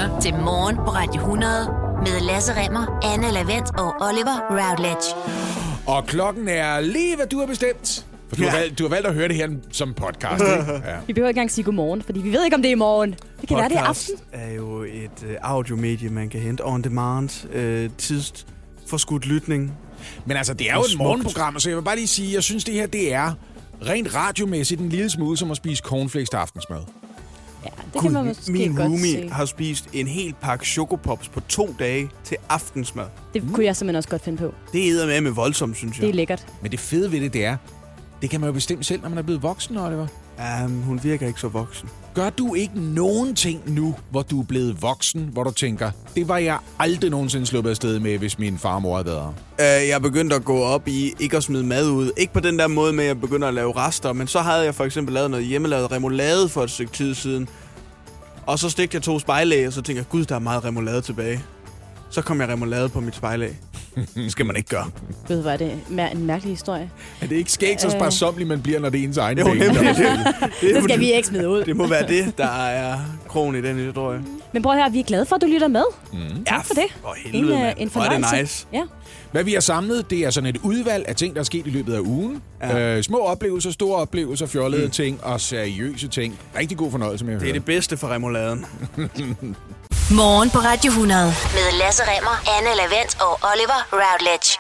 lytter til Morgen på Radio 100 med Lasse Remmer, Anne Lavent og Oliver Routledge. Og klokken er lige, hvad du har bestemt. For du har valgt at høre det her som podcast, ikke? Ja. Vi behøver ikke engang sige godmorgen, fordi vi ved ikke, om det er i morgen. Det kan være, det er aften. Er jo et audiomedie, man kan hente on demand, tidsforskudt lytning. Men altså, det er jo et morgenprogram, så jeg vil bare lige sige, jeg synes, det her, det er rent radiomæssigt en lille smule som at spise cornflakes til aftensmad. Ja, det kan man måske min godt roomie se. har spist en hel pakke chokopops på 2 dage til aftensmad. Det kunne jeg simpelthen også godt finde på. Det er eddermame voldsomt, synes jeg. Det er lækkert. Men det fede ved det er, det kan man jo bestemme selv, når man er blevet voksen, Oliver. Hun virker ikke så voksen. Gør du ikke nogen ting nu, hvor du er blevet voksen, hvor du tænker, det var jeg aldrig nogensinde sluppet afsted med, hvis min far og mor havde været her? Jeg er begyndt at gå op i ikke at smide mad ud. Ikke på den der måde med, at jeg begynder at lave rester, men så havde jeg for eksempel lavet noget hjemmelavet remoulade for et stykke tid siden. Og så stegte jeg 2 spejlæg, og så tænkte jeg, gud, der er meget remoulade tilbage. Så kom jeg remoulade på mit spejlæg. Det skal man ikke gøre. Ved du, hvad det er en mærkelig historie? Er det ikke skægt så sparsomlig, man bliver, når det er ens egen Jo, penge? Det skal vi ikke smide ud. Det må være det, der er krogen i den historie. Men prøv at høre, vi er glade for, at du lytter med. Tak for det. For helvede, mand. En Hvor er fornøjelse. det nice. Ja. Hvad vi har samlet, det er sådan et udvalg af ting, der er sket i løbet af ugen. Ja. Små oplevelser, store oplevelser, fjollede ting og seriøse ting. Rigtig god fornøjelse med at Det er høre. det bedste for remouladen. Morgen på Radio 100 med Lasse Remmer, Anne Lavent og Oliver Routledge.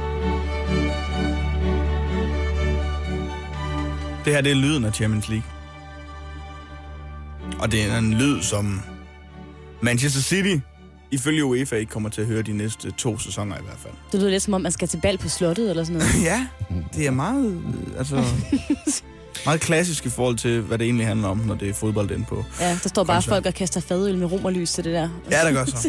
Det her, det er lyden af Champions League. Og det er en lyd, som Manchester City, ifølge UEFA, ikke kommer til at høre de næste 2 sæsoner i hvert fald. Det lyder lidt som om, man skal til bal på slottet eller sådan noget. Ja, det er meget, meget klassisk i forhold til, hvad det egentlig handler om, når det er fodbold inde på. Ja, der står bare folk og kaster fadøl med romerlys til det der. Ja, der gør så.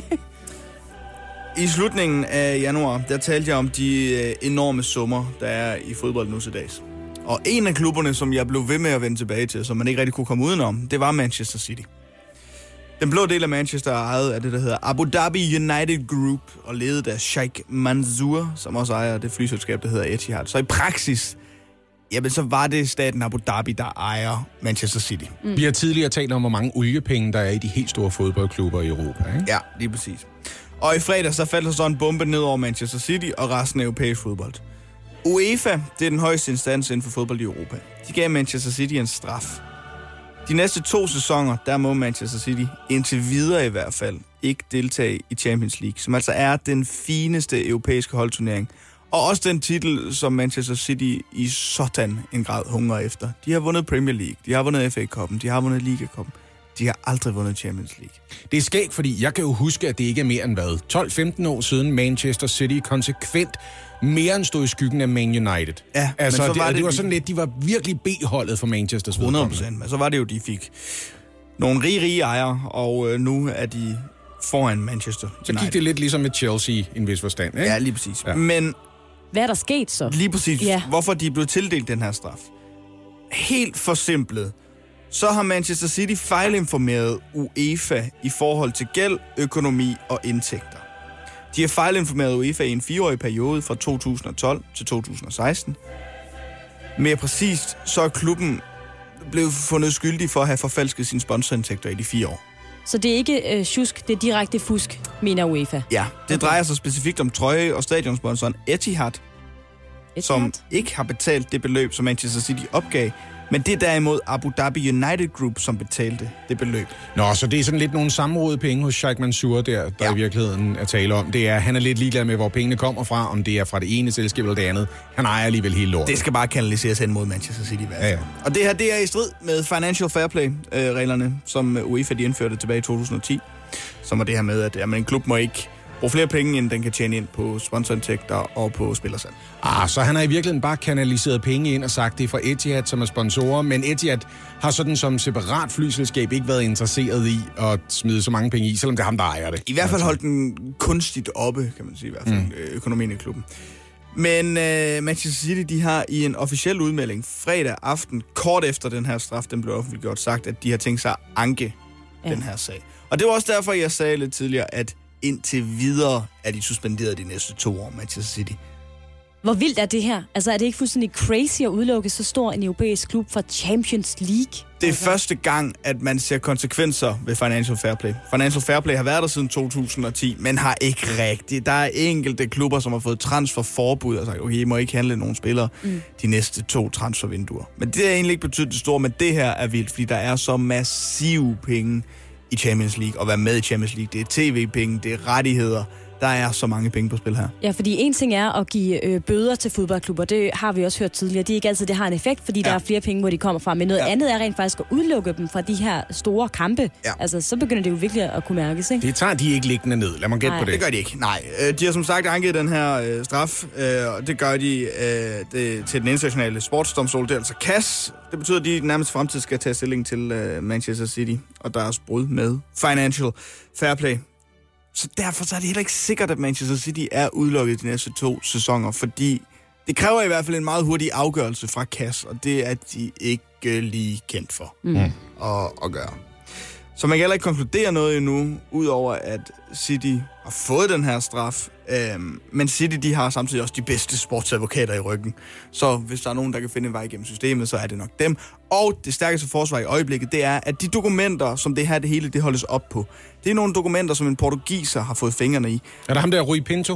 I slutningen af januar, der talte jeg om de enorme summer, der er i fodbold nu til dags. Og en af klubberne, som jeg blev ved med at vende tilbage til, som man ikke rigtig kunne komme udenom, det var Manchester City. Den blå del af Manchester er ejet af det, der hedder Abu Dhabi United Group, og ledet af Sheikh Mansour, som også ejer det flyselskab, der hedder Etihad. Så i praksis, jamen så var det staten Abu Dhabi, der ejer Manchester City. Vi har tidligere talt om, hvor mange oliepenge, der er i de helt store fodboldklubber i Europa, ikke? Ja, lige præcis. Og i fredags, så faldt der så en bombe ned over Manchester City og resten af europæisk fodbold. UEFA, det er den højeste instans inden for fodbold i Europa. De gav Manchester City en straf. De næste 2 sæsoner, der må Manchester City, indtil videre i hvert fald, ikke deltage i Champions League, som altså er den fineste europæiske holdturnering. Og også den titel, som Manchester City i sådan en grad hungrer efter. De har vundet Premier League, de har vundet FA-cupen, de har vundet Liga-cupen. De har aldrig vundet Champions League. Det er skægt, fordi jeg kan jo huske, at det ikke er mere end 12-15 år siden Manchester City konsekvent mere end stod i skyggen af Man United. Ja, altså, men så var det var sådan lidt, de var virkelig B-holdet for Manchesters 100%. Men så var det jo, de fik nogle rige ejere, og nu er de foran Manchester United. Så gik det lidt ligesom med Chelsea i en vis forstand, ikke? Ja, lige præcis. Ja. Men Hvad er der sket så? lige præcis, Ja. hvorfor de blev tildelt den her straf. Helt forsimplet, så har Manchester City fejlinformeret UEFA i forhold til gæld, økonomi og indtægter. De har fejlinformeret UEFA i en 4-årig periode fra 2012 til 2016. Mere præcist, så er klubben blevet fundet skyldig for at have forfalsket sine sponsorindtægter i de 4 år. Så det er ikke sjusk, det er direkte fusk, mener UEFA. Ja, det drejer sig specifikt om trøje- og stadionsponsoren Etihad, som ikke har betalt det beløb, som Manchester City opgav. Men det er derimod Abu Dhabi United Group, som betalte det beløb. Nå, så det er sådan lidt nogle sammenrådede penge hos Sheikh Mansour der i virkeligheden er tale om. Det er, han er lidt ligeglad med, hvor pengene kommer fra, om det er fra det ene selskab eller det andet. Han ejer alligevel hele lortet. Det skal bare kanaliseres hen mod Manchester City. Ja. Og det her, det er i strid med Financial Fair Play-reglerne, som UEFA de indførte tilbage i 2010. Som er det her med, at en klub må ikke bruge flere penge, end den kan tjene ind på sponsorindtægter og på spillersalg. Så han har i virkeligheden bare kanaliseret penge ind og sagt, det er fra Etihad, som er sponsorer, men Etihad har sådan som separat flyselskab ikke været interesseret i at smide så mange penge i, selvom det er ham, der ejer det. I hvert fald holdt den kunstigt oppe, kan man sige, i hvert fald økonomien i klubben. Men Manchester City, de har i en officiel udmelding fredag aften, kort efter den her straf, den blev offentliggjort, sagt, at de har tænkt sig at anke den her sag. Og det var også derfor, jeg sagde lidt tidligere, at indtil videre er de suspenderet de næste 2 år, Manchester City. Hvor vildt er det her? Altså, er det ikke fuldstændig crazy at udelukke så stor en europæisk klub fra Champions League? Det er første gang, at man ser konsekvenser ved Financial Fair Play. Financial Fair Play har været der siden 2010, men har ikke rigtigt. Der er enkelte klubber, som har fået transferforbud og sagt, okay, I må ikke handle nogen spillere de næste 2 transfervinduer. Men det er egentlig ikke betydet det store, men det her er vildt, fordi der er så massive penge i Champions League. At være med i Champions League, det er tv-penge, det er rettigheder. Der er så mange penge på spil her. Ja, fordi en ting er at give bøder til fodboldklubber. Det har vi også hørt tidligere. Det er ikke altid, det har en effekt, fordi der er flere penge, hvor de kommer fra. Men noget andet er rent faktisk at udelukke dem fra de her store kampe. Ja. Altså, så begynder det jo virkelig at kunne mærkes, ikke? Det tager de ikke liggende ned. Lad mig gætte på det. Det gør de ikke. Nej. De har som sagt angivet den her straf, og det gør de til den internationale sportsdomstol. Det er altså CAS. Det betyder, at de nærmest fremtid skal tage stilling til Manchester City og deres brud med Financial Fair Play. Så derfor så er det heller ikke sikkert, at Manchester City er udelukket de næste 2 sæsoner, fordi det kræver i hvert fald en meget hurtig afgørelse fra CAS, og det er de ikke lige kendt for at gøre. Så man kan heller ikke konkludere noget endnu, udover at City har fået den her straf, men City de har samtidig også de bedste sportsadvokater i ryggen. Så hvis der er nogen, der kan finde en vej igennem systemet, så er det nok dem. Og det stærkeste forsvar i øjeblikket, det er, at de dokumenter, som det hele det holdes op på, det er nogle dokumenter, som en portugiser har fået fingrene i. Er der ham der Rui Pinto?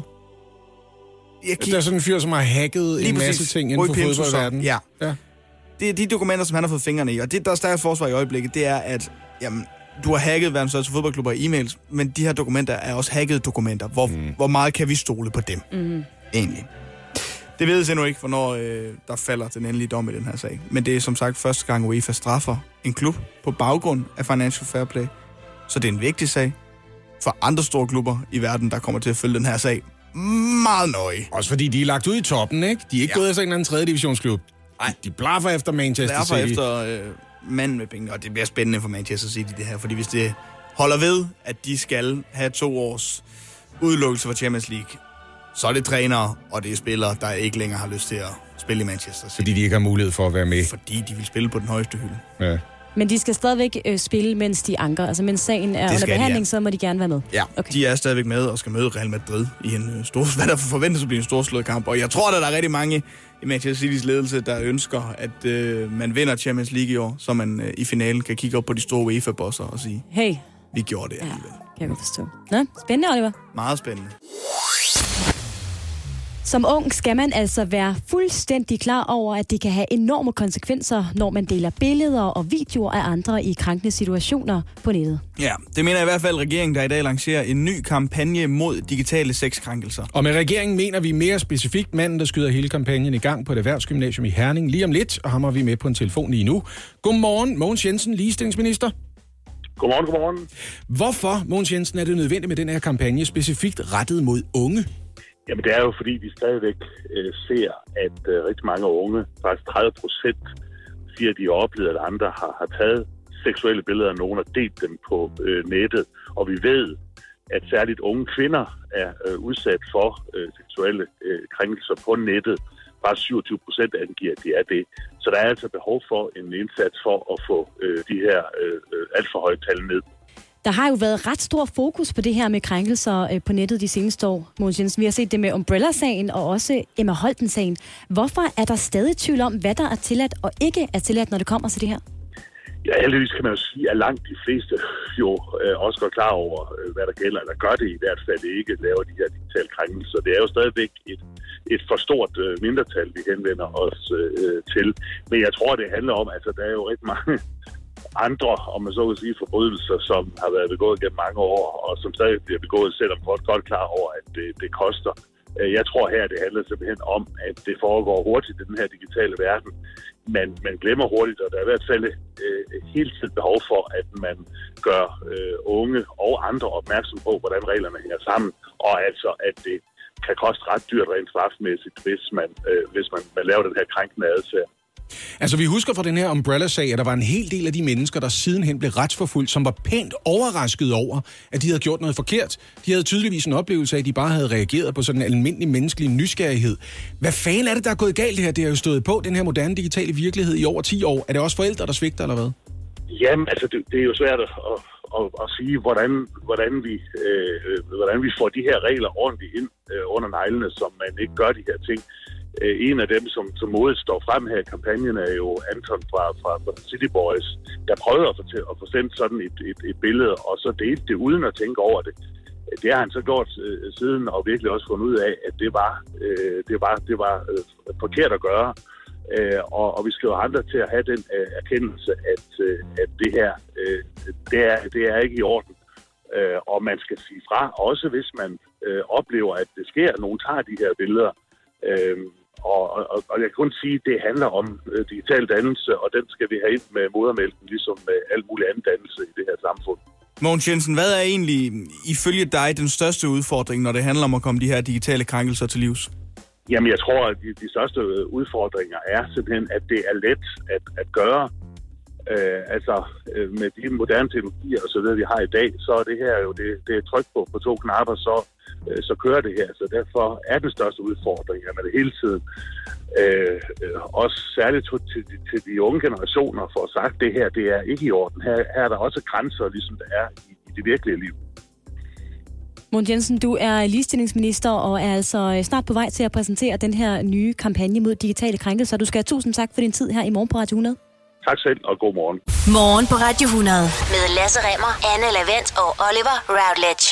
Der er sådan en fyr, som har hacket en masse ting inden for fodboldverdenen. Ja. Det er de dokumenter, som han har fået fingrene i. Og det, der er stærkest forsvar i øjeblikket, det er, at du har hacket verdens største fodboldklubber i e-mails, men de her dokumenter er også hackede dokumenter. Hvor meget kan vi stole på dem, egentlig? Det ved jeg endnu ikke, hvornår der falder den endelige dom i den her sag. Men det er som sagt første gang, UEFA straffer en klub på baggrund af Financial Fair Play. Så det er en vigtig sag for andre store klubber i verden, der kommer til at følge den her sag meget nøje. Også fordi de er lagt ud i toppen, ikke? De er ikke gået efter en eller anden 3. divisionsklub. Nej, de blaffer efter Manchester City. De blaffer efter manden med penge, og det bliver spændende for Manchester City det her, fordi hvis det holder ved, at de skal have 2 års udelukkelse fra Champions League, så er det trænere, og det er spillere, der ikke længere har lyst til at spille i Manchester City. Fordi de ikke har mulighed for at være med. Fordi de vil spille på den højeste hylde. Ja. Men de skal stadigvæk spille, mens de anker. Altså, mens sagen er under behandling, så må de gerne være med. Ja, okay. De er stadigvæk med og skal møde Real Madrid i en stor, hvad der forventes at blive en storslået kamp. Og jeg tror, at der er rigtig mange i Manchester City's ledelse, der ønsker, at man vinder Champions League i år, så man i finalen kan kigge op på de store UEFA-bosser og sige, hey, vi gjorde det alligevel. Ja, kan jeg forstå. Nå, spændende, Oliver. Meget spændende. Som ung skal man altså være fuldstændig klar over, at det kan have enorme konsekvenser, når man deler billeder og videoer af andre i krænkende situationer på nettet. Ja, det mener i hvert fald regeringen, der i dag lancerer en ny kampagne mod digitale sexkrænkelser. Og med regeringen mener vi mere specifikt manden, der skyder hele kampagnen i gang på et erhvervsgymnasium i Herning lige om lidt, og ham har vi med på en telefon lige nu. Godmorgen, Mogens Jensen, ligestillingsminister. Godmorgen. Hvorfor, Mogens Jensen, er det nødvendigt med den her kampagne specifikt rettet mod unge? Jamen det er jo fordi, vi stadigvæk ser, at rigtig mange unge, faktisk 30%, siger, at de har oplevet, at andre har taget seksuelle billeder af nogen og delt dem på nettet. Og vi ved, at særligt unge kvinder er udsat for seksuelle krænkelser på nettet. Bare 27% angiver, at de er det. Så der er altså behov for en indsats for at få de her alt for høje tal ned. Der har jo været ret stor fokus på det her med krænkelser på nettet de seneste år, Mogens Jensen. Vi har set det med Umbrella-sagen og også Emma Holten-sagen. Hvorfor er der stadig tvivl om, hvad der er tilladt og ikke er tilladt, når det kommer til det her? Ja, heldigvis kan man jo sige, at langt de fleste jo også går klar over, hvad der gælder, eller gør det i hvert fald ikke, laver de her digitale krænkelser. Det er jo stadigvæk et for stort mindretal, vi henvender os til. Men jeg tror, det handler om, altså der er jo rigtig mange andre, om man så vil sige, forbrydelser, som har været begået gennem mange år, og som stadig bliver begået, selvom folk godt klar over, at det koster. Jeg tror her, det handler simpelthen om, at det foregår hurtigt i den her digitale verden. Man glemmer hurtigt, og der er i hvert fald hele tiden behov for, at man gør unge og andre opmærksom på, hvordan reglerne hænger sammen, og altså, at det kan koste ret dyrt rent strafmæssigt, hvis man laver den her krænkende adfærd. Altså, vi husker fra den her Umbrella-sag, at der var en hel del af de mennesker, der sidenhen blev retsforfulgt, som var pænt overrasket over, at de havde gjort noget forkert. De havde tydeligvis en oplevelse af, at de bare havde reageret på sådan en almindelig menneskelig nysgerrighed. Hvad fanden er det, der er gået galt her? Det har jo stået på, den her moderne digitale virkelighed i over 10 år. Er det også forældre, der svigter, eller hvad? Jamen, altså, det er jo svært at sige, hvordan vi får de her regler ordentligt ind under neglene, som man ikke gør de her ting. En af dem, som modet står frem her i kampagnen, er jo Anton fra City Boys, der prøvede at få sendt sådan et billede, og så delte det uden at tænke over det. Det har han så gjort siden, og virkelig også fundet ud af, at det var forkert at gøre. Og vi skal jo andre til at have den erkendelse, at det her, det er ikke i orden. Og man skal sige fra, også hvis man oplever, at det sker, at nogen tager de her billeder. Og jeg kan kun sige, at det handler om digital dannelse, og den skal vi have ind med modermælken, ligesom med al mulig anden dannelse i det her samfund. Mogens Jensen, hvad er egentlig ifølge dig den største udfordring, når det handler om at komme de her digitale krænkelser til livs? Jamen, jeg tror, at de største udfordringer er simpelthen, at det er let at gøre. Med de moderne teknologier og så videre, vi har i dag, så er det her jo det er tryk på 2 knapper, så kører det her. Så derfor er den største udfordring, at man det hele tiden også særligt til de unge generationer får sagt, det her, det er ikke i orden. Her er der også grænser, ligesom der er i det virkelige liv. Mogens Jensen, du er ligestillingsminister og er altså snart på vej til at præsentere den her nye kampagne mod digitale krænkelser. Du skal have tusind tak for din tid her i Morgen på Radio 100. Tak selv, og god morgen. Morgen på Radio 100 med Lasse Remmer, Anne Lavent og Oliver Routledge.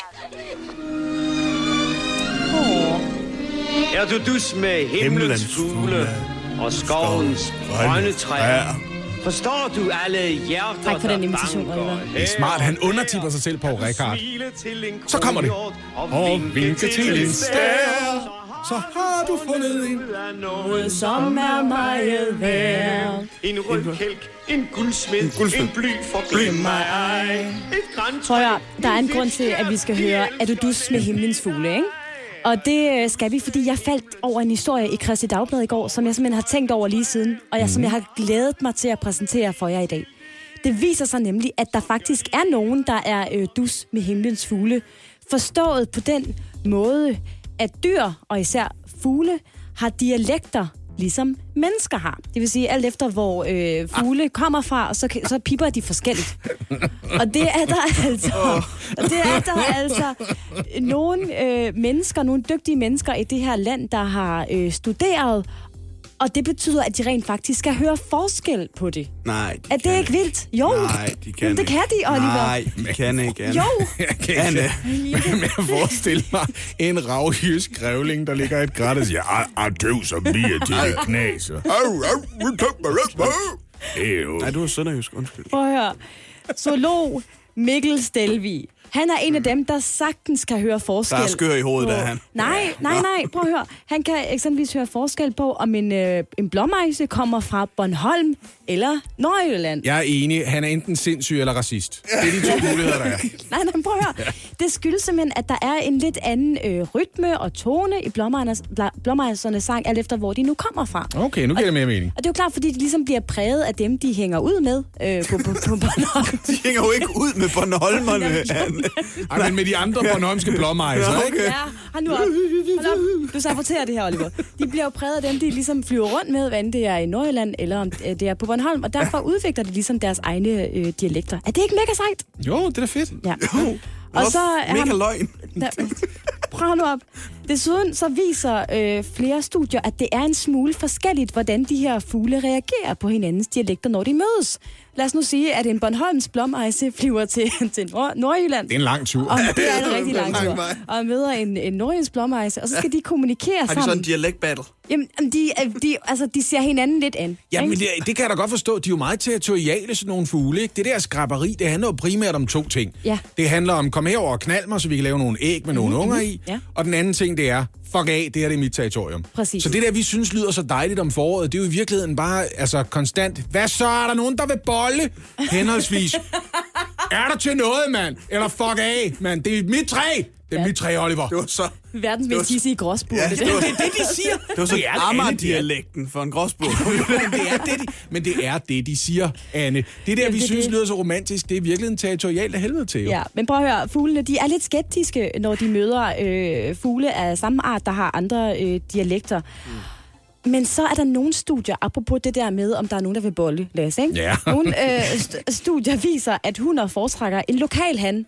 Er du dus med himlens fugle og skovens grønne træer? Forstår du alle hjerter, tak for den invitation, Oliver. Det er smart, han undertipper sig selv på Rikard. Så kommer det. Og vinke til en stær. Så har du fundet en noget, som er meget værd. En rødkælk, en guldsmed, en bly for glem mig ej. Et grænt. Tror jeg, der er en grund til, at vi skal høre, er du dus med himlens fugle, ikke? Og det skal vi, fordi jeg faldt over en historie i Kristi Dagblad i går, som jeg simpelthen har tænkt over lige siden, og som jeg har glædet mig til at præsentere for jer i dag. Det viser sig nemlig, at der faktisk er nogen, der er dus med himlens fugle. Forstået på den måde, at dyr, og især fugle, har dialekter, ligesom mennesker har. Det vil sige, alt efter hvor fugle kommer fra, så pipper de forskelligt. Og det er der altså nogle mennesker, nogle dygtige mennesker i det her land, der har studeret. Og det betyder, at de rent faktisk skal høre forskel på det. Nej, er det ikke vildt? Jo. Nej, de kan det kan de, Oliver. Nej, de kan ikke. Jo. Jeg kan ikke med at forestille mig en ravjysk grævling, der ligger i et græt og siger, døv som bier til det knaser. Nej, du er sønderjysk, undskyld. Prøv at høre. Zoolog Mikkel Stelvig. Han er en af dem, der sagtens kan høre forskel. Der er skør i hovedet, der han. Nej. Prøv at høre. Han kan eksempelvis høre forskel på, om en blåmejse kommer fra Bornholm eller Nordjylland. Jeg er enig. Han er enten sindssyg eller racist. Det er de 2 muligheder, der er. Nej, prøv at høre. Det skyldes simpelthen, at der er en lidt anden rytme og tone i blåmejsernes sang, alt efter hvor de nu kommer fra. Okay, nu giver det mere mening. Og det er jo klart, fordi de ligesom bliver præget af dem, de hænger ud med på Bornholm. De hænger jo ikke ud med Bornholmerne. Ej, men med de andre bornholmske blåmejser, ikke? Ja, hold nu op. Du saboterer det her, Oliver. De bliver jo præget af dem, de ligesom flyver rundt med, hvad det er i Nordjylland, eller om det er på Bornholm, og derfor udvikler de ligesom deres egne dialekter. Er det ikke mega sejt? Jo, det er da fedt. Ja. Og så mega løgn. Prøv nu op. Desuden så viser flere studier, at det er en smule forskelligt, hvordan de her fugle reagerer på hinandens dialekter, når de mødes. Lad os nu sige, at en Bornholms blåmejse flyver til Nordjylland. Det er en lang tur. Og det er en rigtig lang tur. Og møder en nordjysk blåmejse, og så skal de kommunikere sammen. Har de sådan en dialektbattle? Jamen, de ser hinanden lidt an. Ja, men det kan jeg da godt forstå. De er jo meget territoriale, sådan nogle fugle, ikke? Det der skraberi, det handler jo primært om 2 ting. Ja. Det handler om, kom herover og knald mig, så vi kan lave nogle æg med nogle unger i. Ja. Og den anden ting, det er, fuck af, det her det er mit territorium. Præcis. Så det der, vi synes lyder så dejligt om foråret, det er jo i virkeligheden bare konstant. Hvad så? Er der nogen, der vil bolle? Henholdsvis. Er der til noget, mand? Eller fuck af, mand? Det er mit træ! Det er mit træ, Oliver. Det var så... Verdens mest hissige gråsbur. Ja, det er det, de siger. Det var så Amager-dialekten for en gråsbur. Men det er det, de siger, Anne. Det der, vi synes lyder så romantisk, det er virkelig en territorialt af helvede til. Jo. Ja, men prøv at høre. Fuglene, de er lidt skeptiske, når de møder fugle af samme art, der har andre dialekter. Men så er der nogle studier, apropos det der med, om der er nogen, der vil bolle, Lasse, ikke? Ja. Nogle studier viser, at hunder foretrækker en lokal han,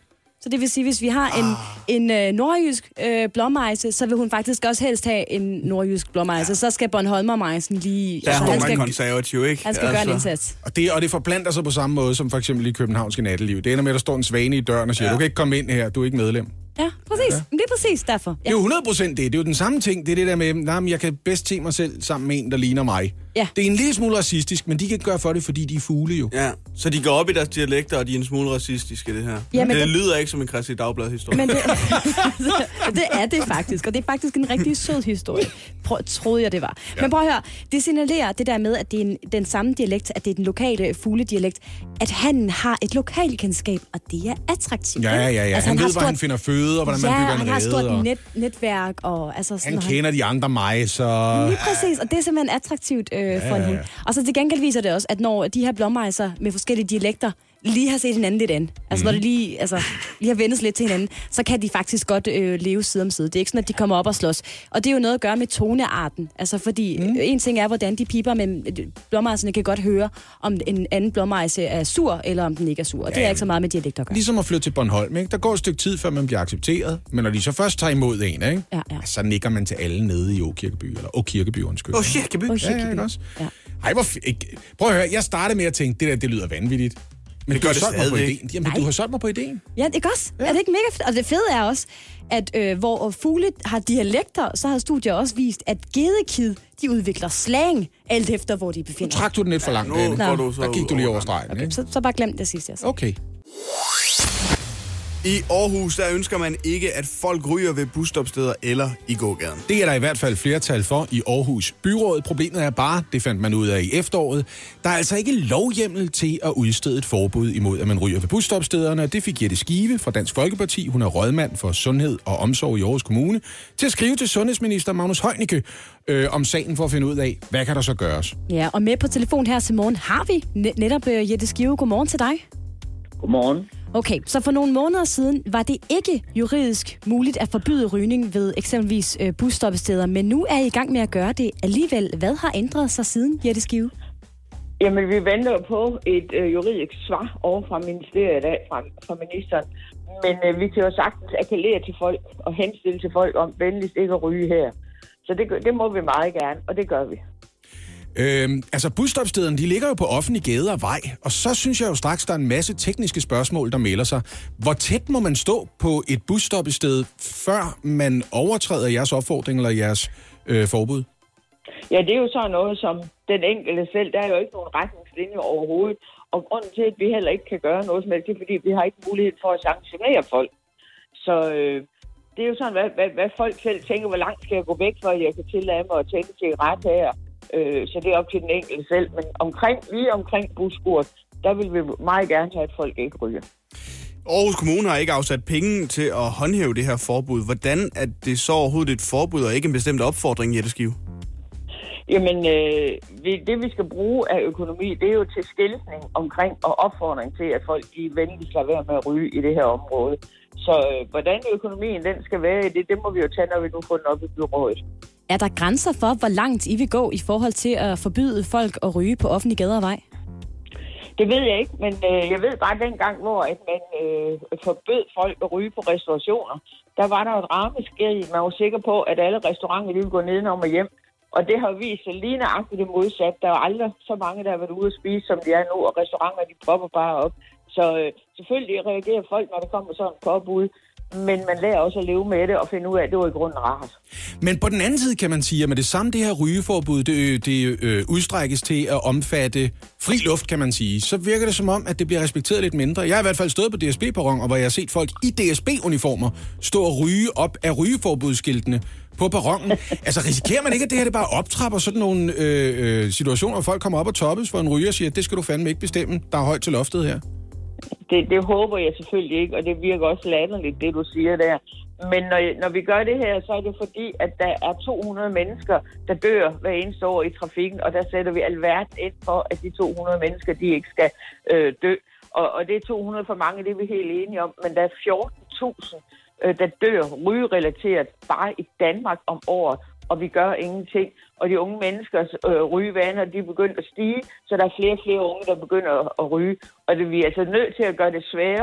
Så det vil sige, hvis vi har en nordjysk blåmejse, så vil hun faktisk også helst have en nordjysk blåmejse. Så skal Bornholmer-mejsen lige... Der er hun konservativ, ikke? Han skal gøre en indsats. Og det forplanter sig på samme måde som for eksempel i københavnske natteliv. Det ender med, at der står en svane i døren og siger, du kan ikke komme ind her, du er ikke medlem. Ja, præcis. Ja. Det er præcis derfor. Ja. Det er jo 100% det. Det er jo den samme ting. Det er det der med, jeg kan bedst se mig selv sammen med en, der ligner mig. Ja. Det er en lille smule racistisk, men de kan ikke gøre for det, fordi de er fugle jo. Ja, så de går op i deres dialekter, og de er en smule racistiske, det her. Ja, men det lyder ikke som en Kristeligt Dagblad-historie. Men det er det faktisk, og det er faktisk en rigtig sød historie. Troede jeg, det var. Ja. Men prøv at høre, det signalerer det der med, at det er den samme dialekt, at det er den lokale fugledialekt, at han har et lokalkendskab, og det er attraktivt. Ja. Altså, han ved, hvor han finder føde, og hvordan man bygger en rede. Han har stort netværk. Og, altså, han kender de andre mejser. Lige præcis, og det er simpelthen attraktivt for hende. Og så til gengæld viser det også, at når de her blåmejser med forskellige dialekter lige har set hinanden lidt an, altså når det lige har vendt lidt til hinanden, så kan de faktisk godt leve side om side. Det er ikke sådan, at de kommer op og slås. Og det er jo noget at gøre med tonearten. Altså fordi en ting er, hvordan de piper, men blåmejserne kan godt høre, om en anden blåmejse er sur, eller om den ikke er sur. Og det er ikke så meget med dialekter at gøre. Ligesom at flytte til Bornholm, ikke? Der går et stykke tid, før man bliver accepteret. Men når de så først tager imod en, ikke? Ja. Så nikker man til alle nede i Åkirkeby, eller Åkirkeby, undskyld. Åkirkeby. Ja, ikke også? Ja. Ej, prøv at høre, jeg startede med at tænke, det lyder vanvittigt. Men du har solgt mig på ideen. Jamen, du har solgt mig på ideen. Ja, ikke også? Ja. Er det ikke mega fedt? Og det fede er også, at hvor fugle har dialekter, så har studier også vist, at gedekid, de udvikler slang, alt efter, hvor de befinder sig. Nu trak du den lidt for langt. Der gik du lige over stregen. Okay, så bare glem det sidste, jeg sagde. Okay. I Aarhus, der ønsker man ikke, at folk ryger ved busstopsteder eller i gågaden. Det er der i hvert fald flertal for i Aarhus Byråd. Problemet er bare, det fandt man ud af i efteråret, der er altså ikke lovhjemmel til at udstede et forbud imod, at man ryger ved busstopstederne. Det fik Jette Skive fra Dansk Folkeparti, hun er rådmand for sundhed og omsorg i Aarhus Kommune, til at skrive til sundhedsminister Magnus Heunicke om sagen for at finde ud af, hvad kan der så gøres. Ja, og med på telefon her til morgen har vi netop Jette Skive. Godmorgen til dig. Godmorgen. Okay, så for nogle måneder siden var det ikke juridisk muligt at forbyde rygning ved eksempelvis busstoppesteder, men nu er I i gang med at gøre det alligevel. Hvad har ændret sig siden, Jette Skive? Jamen, vi venter på et juridisk svar over fra ministeriet af, fra ministeren. Men vi kan jo sagtens appellere til folk og henstille til folk om venligst ikke at ryge her. Så det må vi meget gerne, og det gør vi. Altså busstopstederne, de ligger jo på offentlige gader og vej, og så synes jeg jo straks, der er en masse tekniske spørgsmål, der melder sig. Hvor tæt må man stå på et busstoppested, før man overtræder jeres opfordring eller jeres forbud? Ja, det er jo sådan noget som den enkelte selv. Der er jo ikke nogen retningslinjer overhovedet, og grunden til, at vi heller ikke kan gøre noget som helst, det er, fordi vi har ikke mulighed for at sanktionere folk. Så det er jo sådan, hvad folk selv tænker, hvor langt skal jeg gå væk, for at jeg kan tillade mig at tænke cigaret her. Så det er op til den enkelte selv. Men lige omkring busskuret, der vil vi meget gerne have, at folk ikke ryger. Aarhus Kommune har ikke afsat penge til at håndhæve det her forbud. Hvordan er det så overhovedet et forbud og ikke en bestemt opfordring, Jette Skive? Jamen, det vi skal bruge af økonomi, det er jo til skiltning omkring og opfordring til, at folk de venligst lader være med at ryge i det her område. Så hvordan økonomien den skal være i det må vi jo tage, når vi nu får den op i byrådet. Er der grænser for, hvor langt I vil gå i forhold til at forbyde folk at ryge på offentlige gader og vej? Det ved jeg ikke, men jeg ved bare dengang, hvor at man forbød folk at ryge på restaurationer, der var der et ramaskrig. Man var sikker på, at alle restauranter ville gå nedenom og hjem. Og det har vist sig lige nøjagtigt det modsatte. Der er aldrig så mange, der har været ude at spise, som de er nu, og restauranter, de popper bare op. Så selvfølgelig reagerer folk, når der kommer sådan et påbud, men man lærer også at leve med det og finde ud af, at det var i grunden rart. Men på den anden side kan man sige, at med det samme det her rygeforbud, det udstrækkes til at omfatte fri luft, kan man sige, så virker det som om, at det bliver respekteret lidt mindre. Jeg har i hvert fald stået på DSB-perron, og hvor jeg har set folk i DSB-uniformer stå og ryge op af rygeforbudsskiltene på perronen. Altså risikerer man ikke, at det her det bare optrapper sådan nogle situationer, hvor folk kommer op og toppes for en ryger og siger, at det skal du fandme ikke bestemme, der er højt til loftet her? Det håber jeg selvfølgelig ikke, og det virker også latterligt, det du siger der. Men når vi gør det her, så er det fordi, at der er 200 mennesker, der dør hver eneste år i trafikken, og der sætter vi alverden ind for, at de 200 mennesker, de ikke skal dø. Og det er 200 for mange, det er vi helt enige om, men der er 14.000, der dør rygerelateret bare i Danmark om året, og vi gør ingenting. Og de unge menneskers rygevaner, de er begyndt at stige, så der er flere og flere unge, der begynder at ryge. Og det vi er altså nødt til at gøre det sværere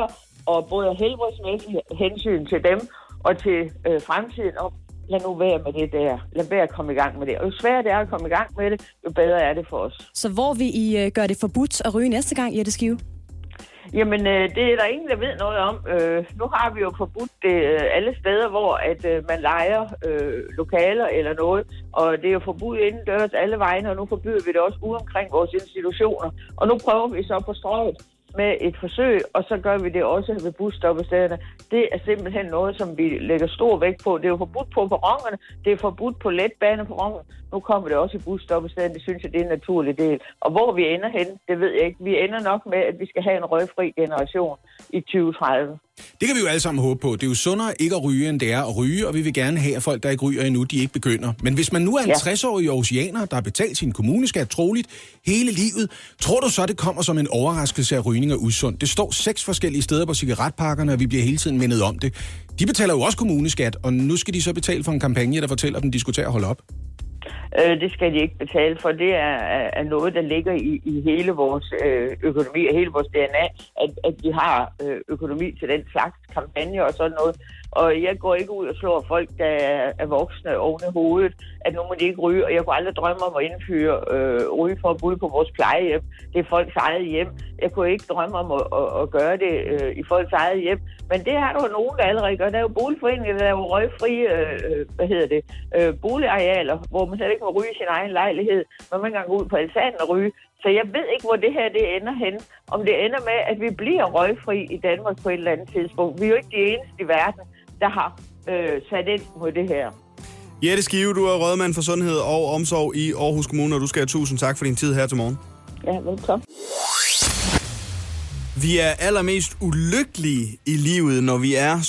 og både af helbredsmæssigt hensyn til dem og til fremtiden om, lad nu være med det der. Lad være at komme i gang med det. Og jo sværere det er at komme i gang med det, jo bedre er det for os. Så hvor vil I gøre det forbudt at ryge næste gang, Jette Skive? Jamen, det er der ingen, der ved noget om. Nu har vi jo forbudt det alle steder, hvor at man lejer lokaler eller noget. Og det er jo forbudt indendørs alle vegne, og nu forbyder vi det også ude omkring vores institutioner. Og nu prøver vi så på strøget med et forsøg, og så gør vi det også ved busstoppestederne. Det er simpelthen noget, som vi lægger stor vægt på. Det er jo forbudt på perronerne, det er forbudt på letbaneperronen. Nu kommer det også i busstoppestederne, det synes jeg, det er en naturlig del. Og hvor vi ender hen, det ved jeg ikke. Vi ender nok med, at vi skal have en røgfri generation i 2030. Det kan vi jo alle sammen håbe på. Det er jo sundere ikke at ryge, end det er at ryge, og vi vil gerne have, at folk, der ikke ryger endnu, de ikke begynder. Men hvis man nu er en 60-årig oceaner, der har betalt sin kommuneskat troligt hele livet, tror du så, det kommer som en overraskelse, at rygning er usundt? Det står 6 forskellige steder på cigaretpakkerne, og vi bliver hele tiden mindet om det. De betaler jo også kommuneskat, og nu skal de så betale for en kampagne, der fortæller dem, de skulle tage at holde op. Det skal de ikke betale for. Det er noget, der ligger i hele vores økonomi og hele vores DNA, at vi har økonomi til den slags kampagne og sådan noget. Og jeg går ikke ud og slår folk, der er voksne oven i hovedet, at nu må de ikke ryge. Og jeg kunne aldrig drømme om at indføre rygeforbud på vores plejehjem. Det er folks eget hjem. Jeg kunne ikke drømme om at gøre det i folks eget hjem. Men det har der jo nogen, der allerede gør. Der er jo boligforeninger, der er jo røgfri boligarealer, hvor man slet ikke må ryge i sin egen lejlighed. Man må ikke engang gå ud på altanen og ryge. Så jeg ved ikke, hvor det her det ender hen. Om det ender med, at vi bliver røgfri i Danmark på et eller andet tidspunkt. Vi er jo ikke de eneste i verden, der har sat ind mod det her. Jette Skive, du er rådmand for sundhed og omsorg i Aarhus Kommune, og du skal have 1000 tak for din tid her til morgen. Ja, velkommen. Vi er allermest ulykkelige i livet, når vi er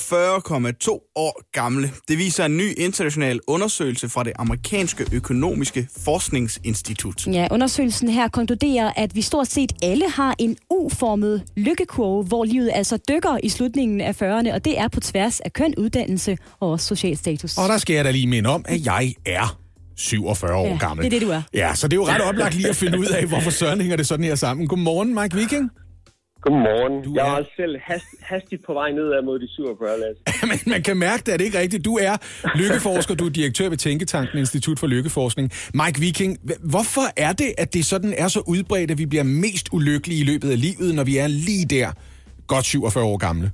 47,2 år gamle. Det viser en ny international undersøgelse fra det amerikanske økonomiske forskningsinstitut. Ja, undersøgelsen her konkluderer, at vi stort set alle har en U-formet lykkekurve, hvor livet altså dykker i slutningen af 40'erne, og det er på tværs af køn, uddannelse og også social status. Og der skal jeg da lige minde om, at jeg er 47 år gammel. Det er det, du er. Ja, så det er jo ret oplagt lige at finde ud af, hvorfor søren hænger det sådan her sammen. Godmorgen, Mike Viking. Godmorgen. Jeg er også selv hastigt på vej nedad mod de 47, Lasse. Men man kan mærke det, er det ikke rigtigt? Du er lykkeforsker, du er direktør ved Tænketanken Institut for Lykkeforskning. Mike Viking, hvorfor er det, at det sådan er så udbredt, at vi bliver mest ulykkelige i løbet af livet, når vi er lige der, godt 47 år gamle?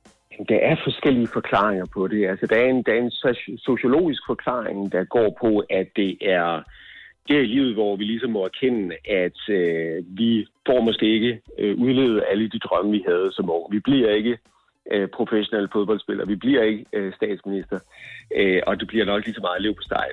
Der er forskellige forklaringer på det. Altså, der er en sociologisk forklaring, der går på, at det er i livet, hvor vi ligesom må erkende, at vi får måske ikke udlevet alle de drømme, vi havde som unge. Vi bliver ikke professionelle fodboldspillere, vi bliver ikke statsminister, og det bliver nok lige så meget leverpostej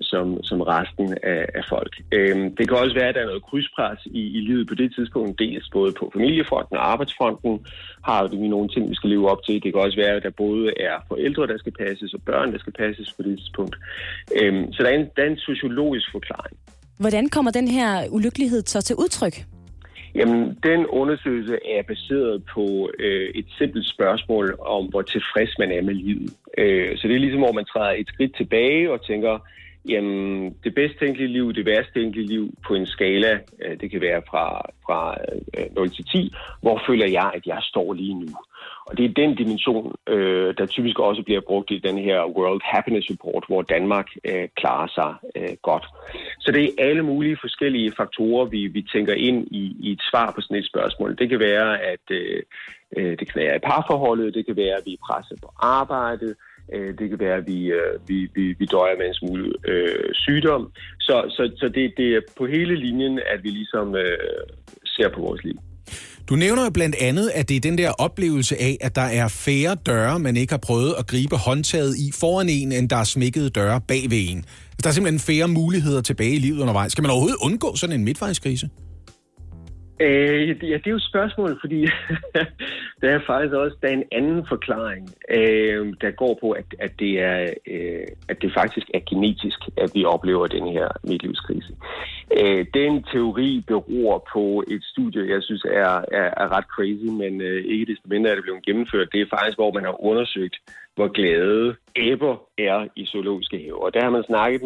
som resten af folk. Det kan også være, at der er noget krydspres i livet på det tidspunkt, dels både på familiefronten og arbejdsfronten, har vi nogle ting, vi skal leve op til. Det kan også være, at der både er forældre, der skal passes, og børn, der skal passes på det tidspunkt. Så der er en sociologisk forklaring. Hvordan kommer den her ulykkelighed så til udtryk? Jamen, den undersøgelse er baseret på et simpelt spørgsmål om, hvor tilfreds man er med livet. Så det er ligesom, hvor man træder et skridt tilbage og tænker, jamen, det bedst tænkelige liv, det værst tænkelige liv på en skala, det kan være fra 0 til 10, hvor føler jeg, at jeg står lige nu. Og det er den dimension, der typisk også bliver brugt i den her World Happiness Report, hvor Danmark klarer sig godt. Så det er alle mulige forskellige faktorer, vi tænker ind i et svar på sådan et spørgsmål. Det kan være, at det kan være i parforholdet, det kan være, at vi er presset på arbejdet, det kan være, at vi døjer med en smule sygdom. Så det er på hele linjen, at vi ligesom ser på vores liv. Du nævner jo blandt andet, at det er den der oplevelse af, at der er færre døre, man ikke har prøvet at gribe håndtaget i foran en, end der er smækkede døre bagved en. Der er simpelthen færre muligheder tilbage i livet undervejs. Skal man overhovedet undgå sådan en midtvejskrise? Ja, det er jo et spørgsmål, fordi der er faktisk også en anden forklaring, der går på, at det faktisk er genetisk, at vi oplever den her midtlivskrise. Den teori beror på et studie, jeg synes er ret crazy, men ikke desto mindre er det blevet gennemført. Det er faktisk, hvor man har undersøgt hvor glade aber er i zoologiske haver. Og der har man snakket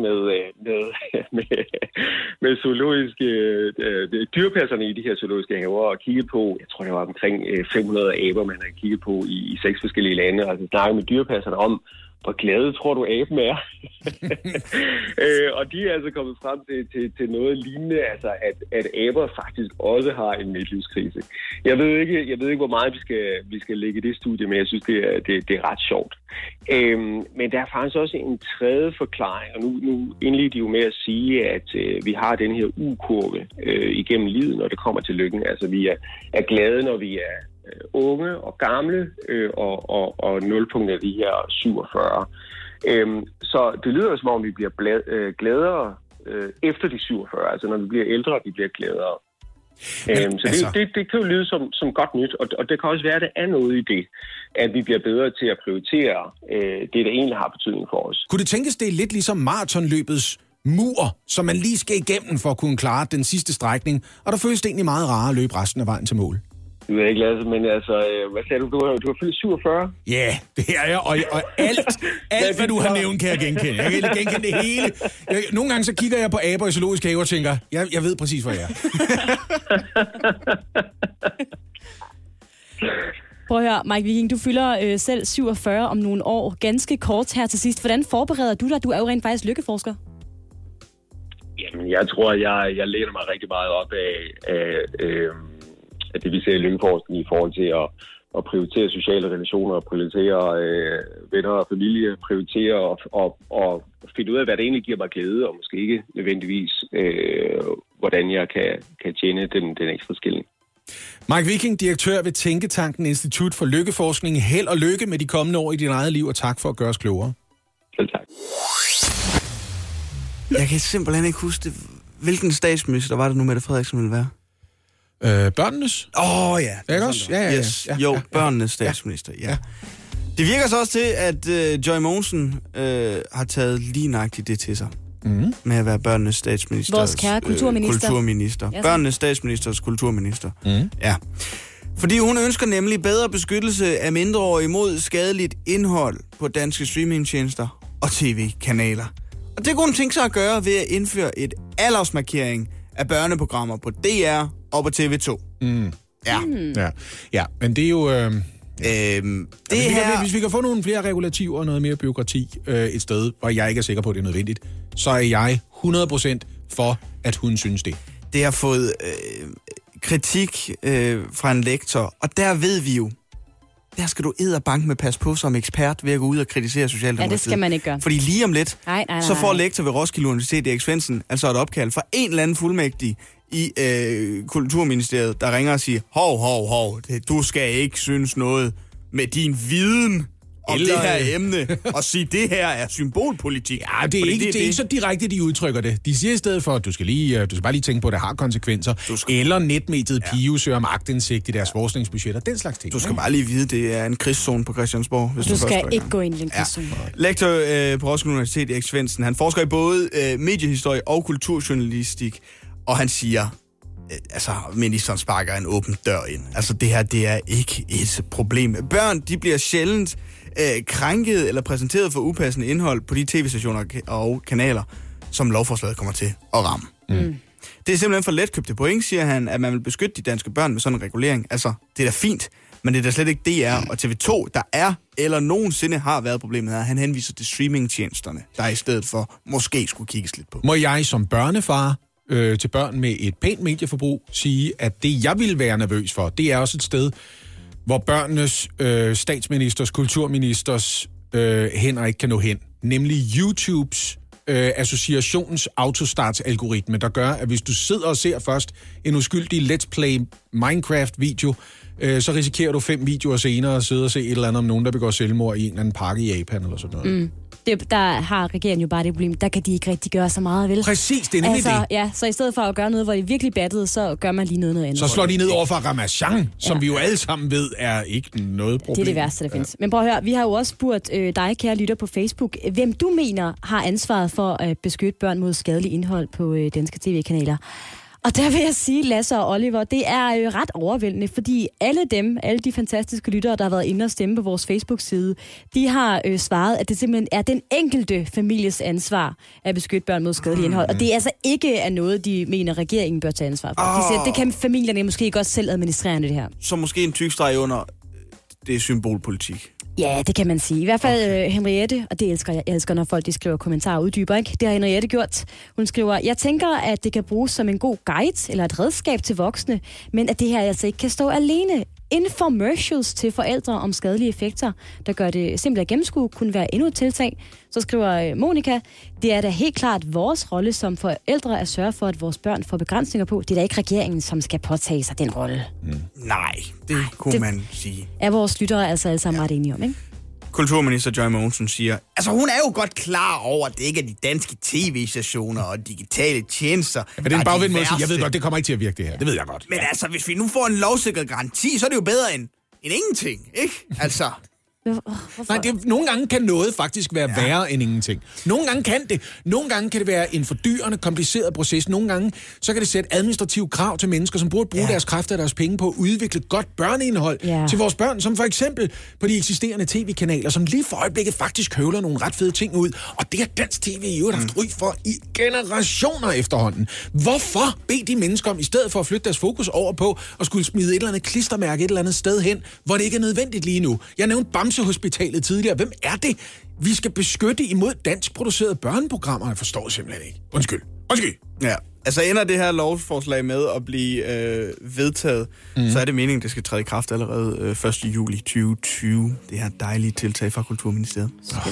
med zoologiske dyrpasserne i de her zoologiske haver og kigget på, jeg tror det var omkring 500 aber, man har kigget på i 6 forskellige lande, og snakket med dyrpasserne om, hvor glade tror du aben er? Og de er altså kommet frem til noget lignende, altså at aber faktisk også har en midtlivskrise. Jeg ved ikke, hvor meget vi skal lægge i det studie, men jeg synes, det er ret sjovt. Men der er faktisk også en tredje forklaring, og nu indledte de jo med at sige, at vi har den her U-kurve igennem livet, når det kommer til lykken. Altså vi er glade, når vi er unge og gamle, og nulpunkt er de her 47. Så det lyder som om, vi bliver gladere efter de 47. Altså når vi bliver ældre, vi bliver gladere. Så altså... det kan jo lyde som godt nyt, og det kan også være, at det er noget i det, at vi bliver bedre til at prioritere det, der egentlig har betydning for os. Kunne det tænkes, det er lidt ligesom maratonløbets mur, som man lige skal igennem for at kunne klare den sidste strækning, og der føles det egentlig meget rarere at løbe resten af vejen til mål? Du er ikke Lasse, men altså, hvad sagde du? Du har fyldt 47? Ja, det er jeg, og alt hvad du har nævnt, kan jeg genkende. Jeg kan genkende det hele. Nogle gange så kigger jeg på aber i zoologisk have og tænker, jeg ved præcis, hvor jeg er. Prøv at høre, Mike Viking, du fylder selv 47 om nogle år. Ganske kort her til sidst. Hvordan forbereder du dig? Du er jo rent faktisk lykkeforsker. Jamen, jeg tror, at jeg læner mig rigtig meget op af det, vi ser i lykkeforskning i forhold til at prioritere sociale relationer, prioritere venner og familie, prioritere og finde ud af, hvad det egentlig giver mig glæde, og måske ikke nødvendigvis, hvordan jeg kan tjene den ekstra skilling. Mike Viking, direktør ved Tænketanken Institut for Lykkeforskning. Held og lykke med de kommende år i dit eget liv, og tak for at gøre os klogere. Selv tak. Jeg kan simpelthen ikke huske det. Hvilken statsminister var det nu, Mette Frederiksen ville være? Børnenes? Ja. Ikke også? Ja. Jo, børnenes statsminister, ja. Det virker så også til, at Joy Mogensen har taget lige nøjagtigt det til sig. Mm. Med at være børnenes statsminister. Vores kære kulturminister. Børnenes statsministers kulturminister. Mm. Ja. Fordi hun ønsker nemlig bedre beskyttelse af mindreårige mod skadeligt indhold på danske streamingtjenester og tv-kanaler. Og det kunne hun tænke sig at gøre ved at indføre et aldersmarkering af børneprogrammer på DR og på TV2. Mm. Ja, men det er jo... Hvis vi kan få nogle flere regulativer og noget mere bureaukrati et sted, hvor jeg ikke er sikker på, at det er nødvendigt, så er jeg 100% for, at hun synes det. Det har fået kritik fra en lektor, og der ved vi jo, der skal du edderbanke med pas på som ekspert ved at gå ud og kritisere Socialdemokratiet. Ja, det skal man ikke gøre. Fordi lige om lidt, så får lektor ved Roskilde Universitet, Erik Svendsen, altså et opkald fra en eller anden fuldmægtig i Kulturministeriet, der ringer og siger, hov, du skal ikke synes noget med din viden om det her emne, og sige, det her er symbolpolitik. Ja, det er ikke så direkte, de udtrykker det. De siger i stedet for, at du skal bare lige tænke på, at det har konsekvenser. Eller netmediet Pio søger om aktindsigt i deres forskningsbudgetter. Den slags ting. Du skal bare lige vide, det er en krigszone på Christiansborg. Hvis du skal ikke gå ind i den krigszone. Ja. Lektor på Roskilde Universitet, Erik Svendsen, han forsker i både mediehistorie og kulturjournalistik, og han siger, ministeren sparker en åben dør ind. Altså, det her, det er ikke et problem. Børn, de bliver sjældent krænket eller præsenteret for upassende indhold på de tv-stationer og kanaler, som lovforslaget kommer til at ramme. Mm. Det er simpelthen for letkøbte point, siger han, at man vil beskytte de danske børn med sådan en regulering. Altså, det er da fint, men det er da slet ikke DR og TV2, der er eller nogensinde har været problemet her. Han henviser til streamingtjenesterne, der i stedet for måske skulle kigges lidt på. Må jeg som børnefar til børn med et pænt medieforbrug sige, at det, jeg vil være nervøs for, det er også et sted, hvor børnenes statsministers, kulturministers hænder ikke kan nå hen. Nemlig YouTubes associations autostarts-algoritme, der gør, at hvis du sidder og ser først en uskyldig Let's Play Minecraft-video, så risikerer du 5 videoer senere at sidde og se et eller andet om nogen, der begår selvmord i en eller anden park i Japan eller sådan noget. Mm. Der har regeringen jo bare det problem, der kan de ikke rigtig gøre så meget, vel? Præcis, det er nemlig det. Ja, så i stedet for at gøre noget, hvor det er virkelig battet, så gør man lige noget andet. Så slår de ned over for Ramachan, som vi jo alle sammen ved, er ikke noget problem. Det er det værste, der findes. Men prøv at høre, vi har jo også spurgt dig, kære lytter på Facebook, hvem du mener har ansvaret for at beskytte børn mod skadelig indhold på danske tv-kanaler. Og der vil jeg sige, Lasse og Oliver, det er ret overvældende, fordi alle de fantastiske lyttere, der har været inde og stemme på vores Facebook-side, de har svaret, at det simpelthen er den enkelte families ansvar at beskytte børn mod skadelig indhold. Og det er altså ikke er noget, de mener, regeringen bør tage ansvar for. De siger, at det kan familierne måske godt selv administrere det her. Så måske en tykstreg under, det er symbolpolitik. Ja, det kan man sige. I hvert fald Henriette, og det elsker jeg. Jeg elsker, når folk de skriver kommentarer og uddyber, ikke? Det har Henriette gjort. Hun skriver, jeg tænker, at det kan bruges som en god guide eller et redskab til voksne, men at det her altså ikke kan stå alene. Infomercials til forældre om skadelige effekter, der gør det simpelt at gennemskue, kunne være endnu et tiltag. Så skriver Monika, det er da helt klart vores rolle som forældre at sørge for, at vores børn får begrænsninger på. Det er da ikke regeringen, som skal påtage sig den rolle. Nej, det kunne man sige. Er vores lyttere altså alle sammen ret enige om, ikke? Kulturminister Joy Mogensen siger, altså hun er jo godt klar over, at det ikke er de danske tv-stationer og digitale tjenester. Men det er en bagvendt måde at sige, jeg ved godt, det kommer ikke til at virke det her. Det ved jeg godt. Men altså, hvis vi nu får en lovsikret garanti, så er det jo bedre end ingenting, ikke? Altså... Nej, nogle gange kan noget faktisk være værre end ingenting. Nogle gange kan det. Nogle gange kan det være en fordyrende, kompliceret proces. Nogle gange så kan det sætte administrative krav til mennesker, som burde bruge deres kræfter og deres penge på at udvikle godt børneindhold til vores børn, som for eksempel på de eksisterende tv-kanaler, som lige for øjeblikket faktisk høvler nogle ret fede ting ud. Og det har dansk tv i øvrigt haft ry for i generationer efterhånden. Hvorfor bede de mennesker om, i stedet for at flytte deres fokus over på at skulle smide et eller andet klistermærke et eller andet sted hen, hvor det ikke er nødvendigt lige nu? Jeg nævnte Bamsehospitalet tidligere. Hvem er det, vi skal beskytte imod danskproducerede børneprogrammer? Jeg forstår simpelthen ikke. Undskyld. Ja, altså ender det her lovforslag med at blive vedtaget, så er det meningen, det skal træde i kraft allerede 1. juli 2020. Det her dejlige tiltag fra Kulturministeriet.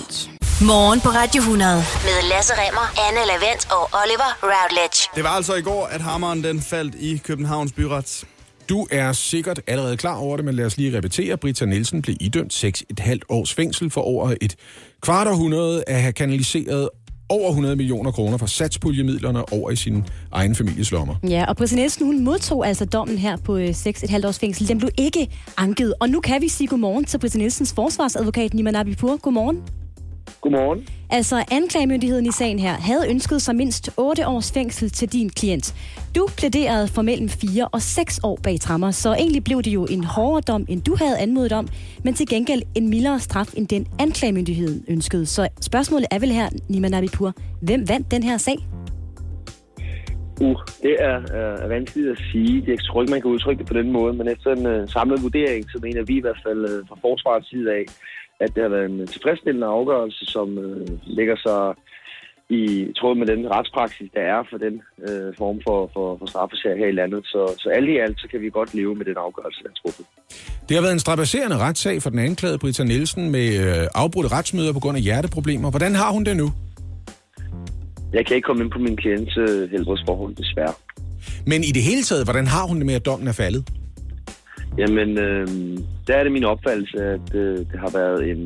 Morgen på Radio 100 med Lasse Remmer, Anne Lavent og Oliver Routledge. Det var altså i går, at hammeren den faldt i Københavns byret. Du er sikkert allerede klar over det, men lad os lige repetere. Britta Nielsen blev idømt 6,5 års fængsel for over et kvart århundrede at have kanaliseret over 100 millioner kroner fra satspuljemidlerne over i sin egen families lommer. Ja, og Britta Nielsen, hun modtog altså dommen her på 6,5 års fængsel. Den blev ikke anket, og nu kan vi sige godmorgen til Britta Nielsens forsvarsadvokat Niman Abipur. Godmorgen. Godmorgen. Altså, anklagemyndigheden i sagen her havde ønsket sig mindst 8 års fængsel til din klient. Du plæderede for mellem 4 og 6 år bag tremmer, så egentlig blev det jo en hårdere dom, end du havde anmodet om, men til gengæld en mildere straf, end den anklagemyndigheden ønskede. Så spørgsmålet er vel her, Niman Abipur, hvem vandt den her sag? Det er vanskeligt at sige. Jeg tror ikke, man kan udtrykke det på den måde, men efter en samlet vurdering, så mener vi i hvert fald fra forsvarets side af, at det har været en tilfredsstillende afgørelse, som ligger sig i tråd med den retspraksis, der er for den form for straffesager her i landet. Så alt i alt, så kan vi godt leve med den afgørelse, der er truffet. Det har været en strabasserende retssag for den anklagede Britta Nielsen med afbrudte retsmøder på grund af hjerteproblemer. Hvordan har hun det nu? Jeg kan ikke komme ind på min klients helbredsforhold, desværre. Men i det hele taget, hvordan har hun det med, at dommen er faldet? Jamen, der er det min opfattelse, at det har været en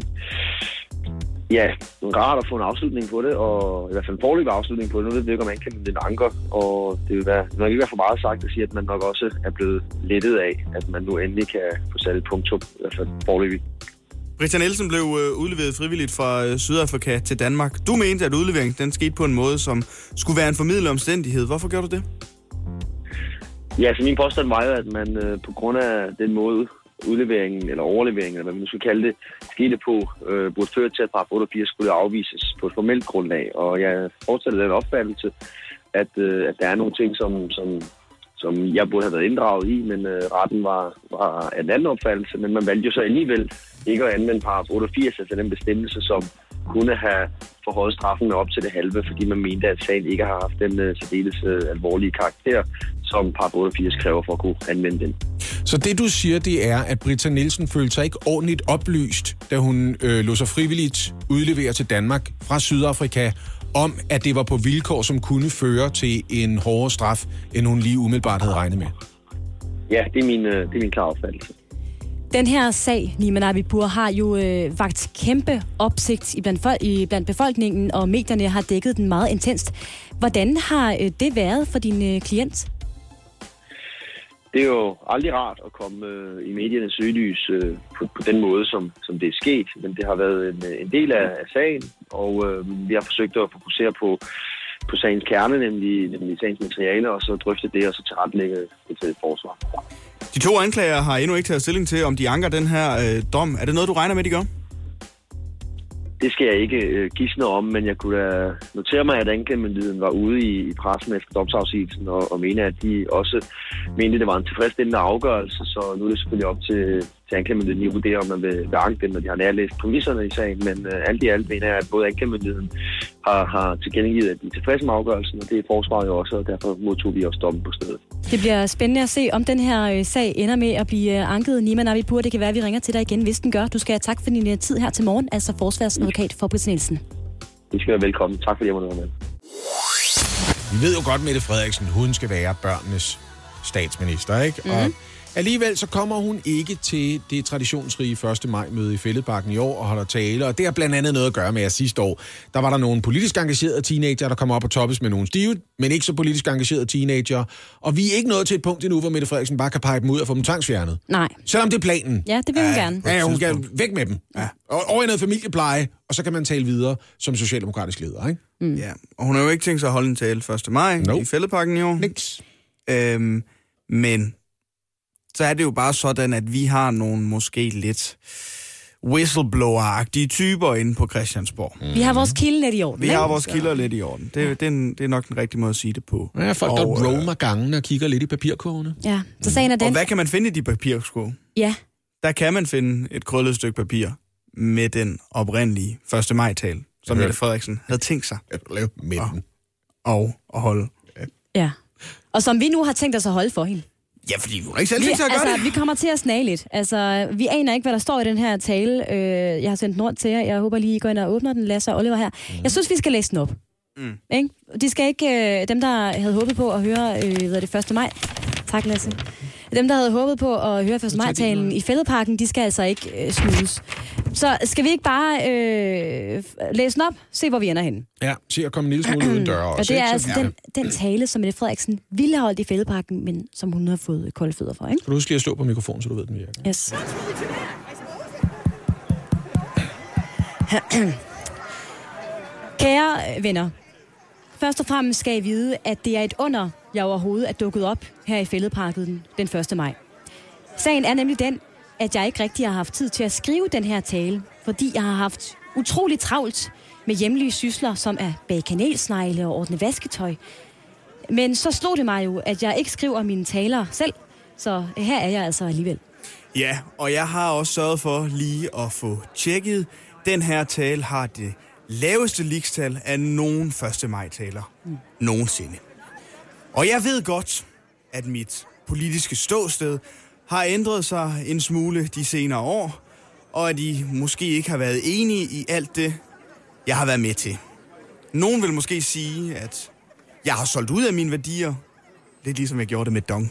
rart at få en afslutning på det, og i hvert fald en foreløbig afslutning på det. Nu ved jeg ikke, om man kan med den anker, og det vil ikke være for meget sagt at sige, at man nok også er blevet lettet af, at man nu endelig kan få sat et punktum, i hvert fald foreløbig. Britta Nielsen blev udleveret frivilligt fra Sydafrika til Danmark. Du mente, at udleveringen den skete på en måde, som skulle være en formidlet omstændighed. Hvorfor gjorde du det? Ja, så min påstand var jo, at man på grund af den måde udleveringen, eller overleveringen, eller hvad man nu skal kalde det, skete på, burde føre til, at paragraf 88 skulle afvises på et formelt grundlag. Og jeg fortsætter den opfattelse, at der er nogle ting, som jeg burde have været inddraget i, men retten var en anden opfattelse. Men man valgte jo så alligevel ikke at anvende paragraf 88, altså den bestemmelse, som kunne have forhøjet straffen op til det halve, fordi man mente, at sagen ikke har haft den særdeles alvorlige karakter, som paragraf 88 kræver for at kunne anvende den. Så det du siger, det er, at Britta Nielsen følte sig ikke ordentligt oplyst, da hun lod sig frivilligt udlevere til Danmark fra Sydafrika, om at det var på vilkår, som kunne føre til en hårdere straf, end hun lige umiddelbart havde regnet med? Ja, det er min klare opfattelse. Den her sag, Niman Abipur, har jo vakt kæmpe opsigt blandt befolkningen, og medierne har dækket den meget intenst. Hvordan har det været for din klient? Det er jo aldrig rart at komme i mediernes søgelys på den måde, som det er sket, men det har været en del af sagen, og vi har forsøgt at fokusere på på sagens kerne, nemlig sagens materiale, og så drøfte det, og så tilrettelægge det til et forsvar. De 2 anklager har endnu ikke taget stilling til, om de anker den her dom. Er det noget, du regner med, de gør? Det skal jeg ikke gisne om, men jeg kunne da notere mig, at anklagemyndigheden var ude i pressen efter domsafsigelsen og mene, at de også mente, at det var en tilfredsstillende afgørelse, så nu er det selvfølgelig op til anklagemyndigheden at vurdere, om man vil anke den, når de har nærlæst præmisserne i sagen, men alt i alt mener jeg, at både anklagemyndigheden har tilkendegivet, at de er tilfredse med afgørelsen, og det er forsvaret jo også, og derfor modtog vi også dommen på stedet. Det bliver spændende at se, om den her sag ender med at blive anket. Nima Navipur, det kan være, at vi ringer til dig igen, hvis den gør. Du skal have tak for din tid her til morgen, altså forsvarsadvokat Fabrice Nielsen. I skal være velkommen. Tak fordi jeg måtte være med. Vi ved jo godt, Mette Frederiksen, hun skal være børnenes statsminister, ikke? Mm-hmm. Og alligevel så kommer hun ikke til det traditionsrige 1. maj-møde i Fælledparken i år og holder tale, og det har blandt andet noget at gøre med, at sidste år, der var der nogle politisk engagerede teenager, der kom op og toppes med nogle stive, men ikke så politisk engagerede teenager, og vi er ikke nået til et punkt endnu, hvor Mette Frederiksen bare kan pege dem ud og få dem tvangsfjernet. Nej. Selvom det er planen. Ja, det vil hun gerne. Ja, hun skal væk med dem. Ja. Og over i noget familiepleje, og så kan man tale videre som socialdemokratisk leder, ikke? Mm. Ja, og hun har jo ikke tænkt sig at holde en tale 1. maj i Fælledparken i år. Niks. Men så er det jo bare sådan, at vi har nogle måske lidt whistleblower-agtige typer inde på Christiansborg. Vi har vores kilder lidt i orden. Vi har vores kilder lidt i orden. Det er nok den rigtige måde at sige det på. Ja, folk, der roamer gangene og kigger lidt i papirkurvene. Ja, så sagen er den. Og hvad kan man finde i de papirkurve? Ja. Der kan man finde et krøllet stykke papir med den oprindelige 1. maj-tale, som Mette Frederiksen havde tænkt sig at lave med den. Og holde. Ja. Og som vi nu har tænkt os at holde for hende. Ja, fordi hun har ikke selv tænkt sig at gøre det. Vi kommer til at snage lidt. Altså, vi aner ikke, hvad der står i den her tale. Jeg har sendt den rundt til jer. Jeg håber lige, I går ind og åbner den. Lasse og Oliver her. Jeg synes, vi skal læse den op. Ikke? De skal ikke... dem, der havde håbet på at høre det 1. maj. Tak, Lasse. Dem, der havde håbet på at høre 1. maj-talen i Fælledparken, de skal altså ikke snydes. Så skal vi ikke bare læse den op? Se, hvor vi ender henne. Ja, se at komme en lille smule uden døre også. Og det er altså den tale, som Mette Frederiksen ville have holdt i Fælledparken, men som hun har fået kolde fødder for, ikke? Kan du huske lige at slå på mikrofonen, så du ved, den virker? Yes. Kære venner, først og fremmest skal I vide, at det er et under, jeg overhovedet er dukket op her i Fælledparken den 1. maj. Sagen er nemlig den, at jeg ikke rigtig har haft tid til at skrive den her tale, fordi jeg har haft utroligt travlt med hjemlige sysler, som er bage kanelsnegle og ordne vasketøj. Men så slog det mig jo, at jeg ikke skriver mine taler selv, så her er jeg altså alligevel. Ja, og jeg har også sørget for lige at få tjekket. Den her tale har det laveste ligestal af nogen 1. maj-taler nogensinde. Og jeg ved godt, at mit politiske ståsted har ændret sig en smule de senere år, og at I måske ikke har været enige i alt det, jeg har været med til. Nogen vil måske sige, at jeg har solgt ud af mine værdier, lidt ligesom jeg gjorde det med Dong.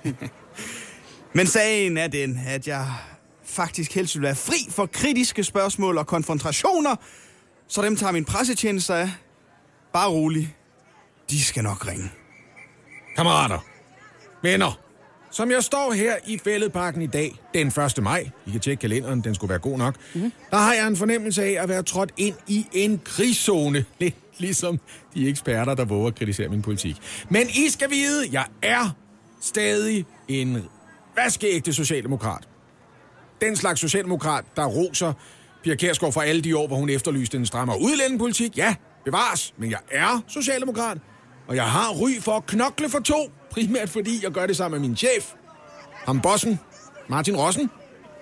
Men sagen er den, at jeg faktisk helst vil være fri for kritiske spørgsmål og konfrontationer, så dem tager min pressetjeneste af. Bare rolig. De skal nok ringe. Kammerater, venner, som jeg står her i Fælledparken i dag, den 1. maj, I kan tjekke kalenderen, den skulle være god nok, der har jeg en fornemmelse af at være trådt ind i en krigszone. Lidt ligesom de eksperter, der våger at kritisere min politik. Men I skal vide, jeg er stadig en vaskeægte socialdemokrat. Den slags socialdemokrat, der roser Pia Kjærsgaard for alle de år, hvor hun efterlyste en strammere udlændingepolitik. Ja, bevares, men jeg er socialdemokrat, og jeg har ry for at knokle for 2, primært fordi jeg gør det sammen med min chef, ham bossen, Martin Rossen.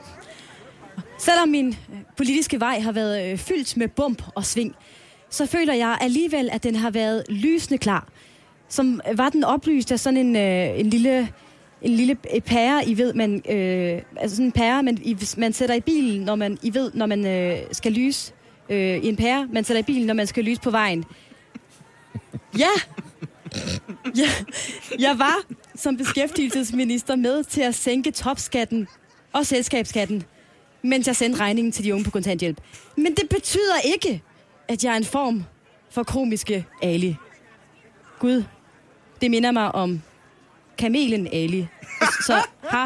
Selvom min politiske vej har været fyldt med bump og sving, så føler jeg alligevel, at den har været lysende klar. Som var den oplyst af sådan en lille pære, I ved, altså sådan en pære, man sætter i bilen, når man skal lyse i en pære. Man sætter i bilen, når man skal lyse på vejen. Ja, jeg var som beskæftigelsesminister med til at sænke topskatten og selskabsskatten, mens jeg sendte regningen til de unge på kontanthjælp. Men det betyder ikke, at jeg er en form for komiske Ali. Gud, det minder mig om kamelen Ali. Så ha.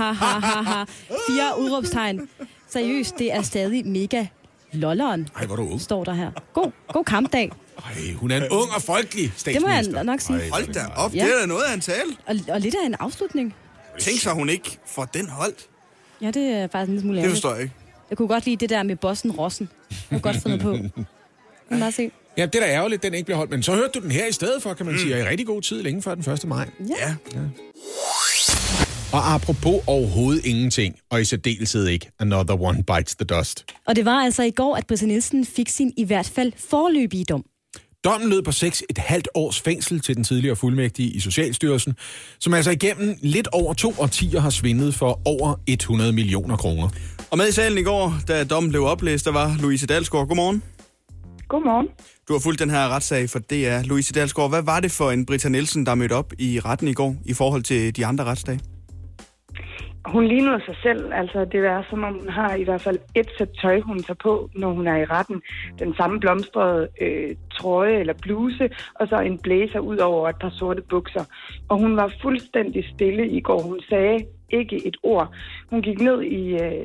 4 udråbstegn. Seriøst, det er stadig mega lolleren. Ej, hvor du står der her. God kampdag. Hun er en ung og folkelig statsminister. Det må jeg nok sige. Hold da op, det er da noget af en tale. Og lidt af en afslutning. Tænk så, hun ikke får den holdt. Ja, det er faktisk en smule Det forstår jeg ikke. Jeg kunne godt lide det der med bossen Rossen. Jeg kunne godt finde på. Kan bare se. Ja, det er da ærgerligt, den ikke bliver holdt. Men så hørte du den her i stedet for, kan man sige. Og i rigtig god tid, længe før den 1. maj. Ja. Og apropos overhovedet ingenting, og i særdeleshed ikke, another one bites the dust. Og det var altså i går, at Britta Nielsen fik sin i hvert fald foreløbige dom. Dommen lød på 6,5 års fængsel til den tidligere fuldmægtige i Socialstyrelsen, som altså igennem lidt over 2 årtier har svindlet for over 100 millioner kroner. Og med i salen i går, da dommen blev oplæst, der var Louise Dalsgaard. Godmorgen. Godmorgen. Du har fulgt den her retssag for DR. Louise Dalsgaard, hvad var det for en Britta Nielsen, der mødte op i retten i går i forhold til de andre retsdage? Hun lignede sig selv. Altså, det er som om hun har i hvert fald et sæt tøj, hun tager på, når hun er i retten. Den samme blomstrede trøje eller bluse, og så en blazer ud over et par sorte bukser. Og hun var fuldstændig stille i går. Hun sagde ikke et ord. Hun gik ned i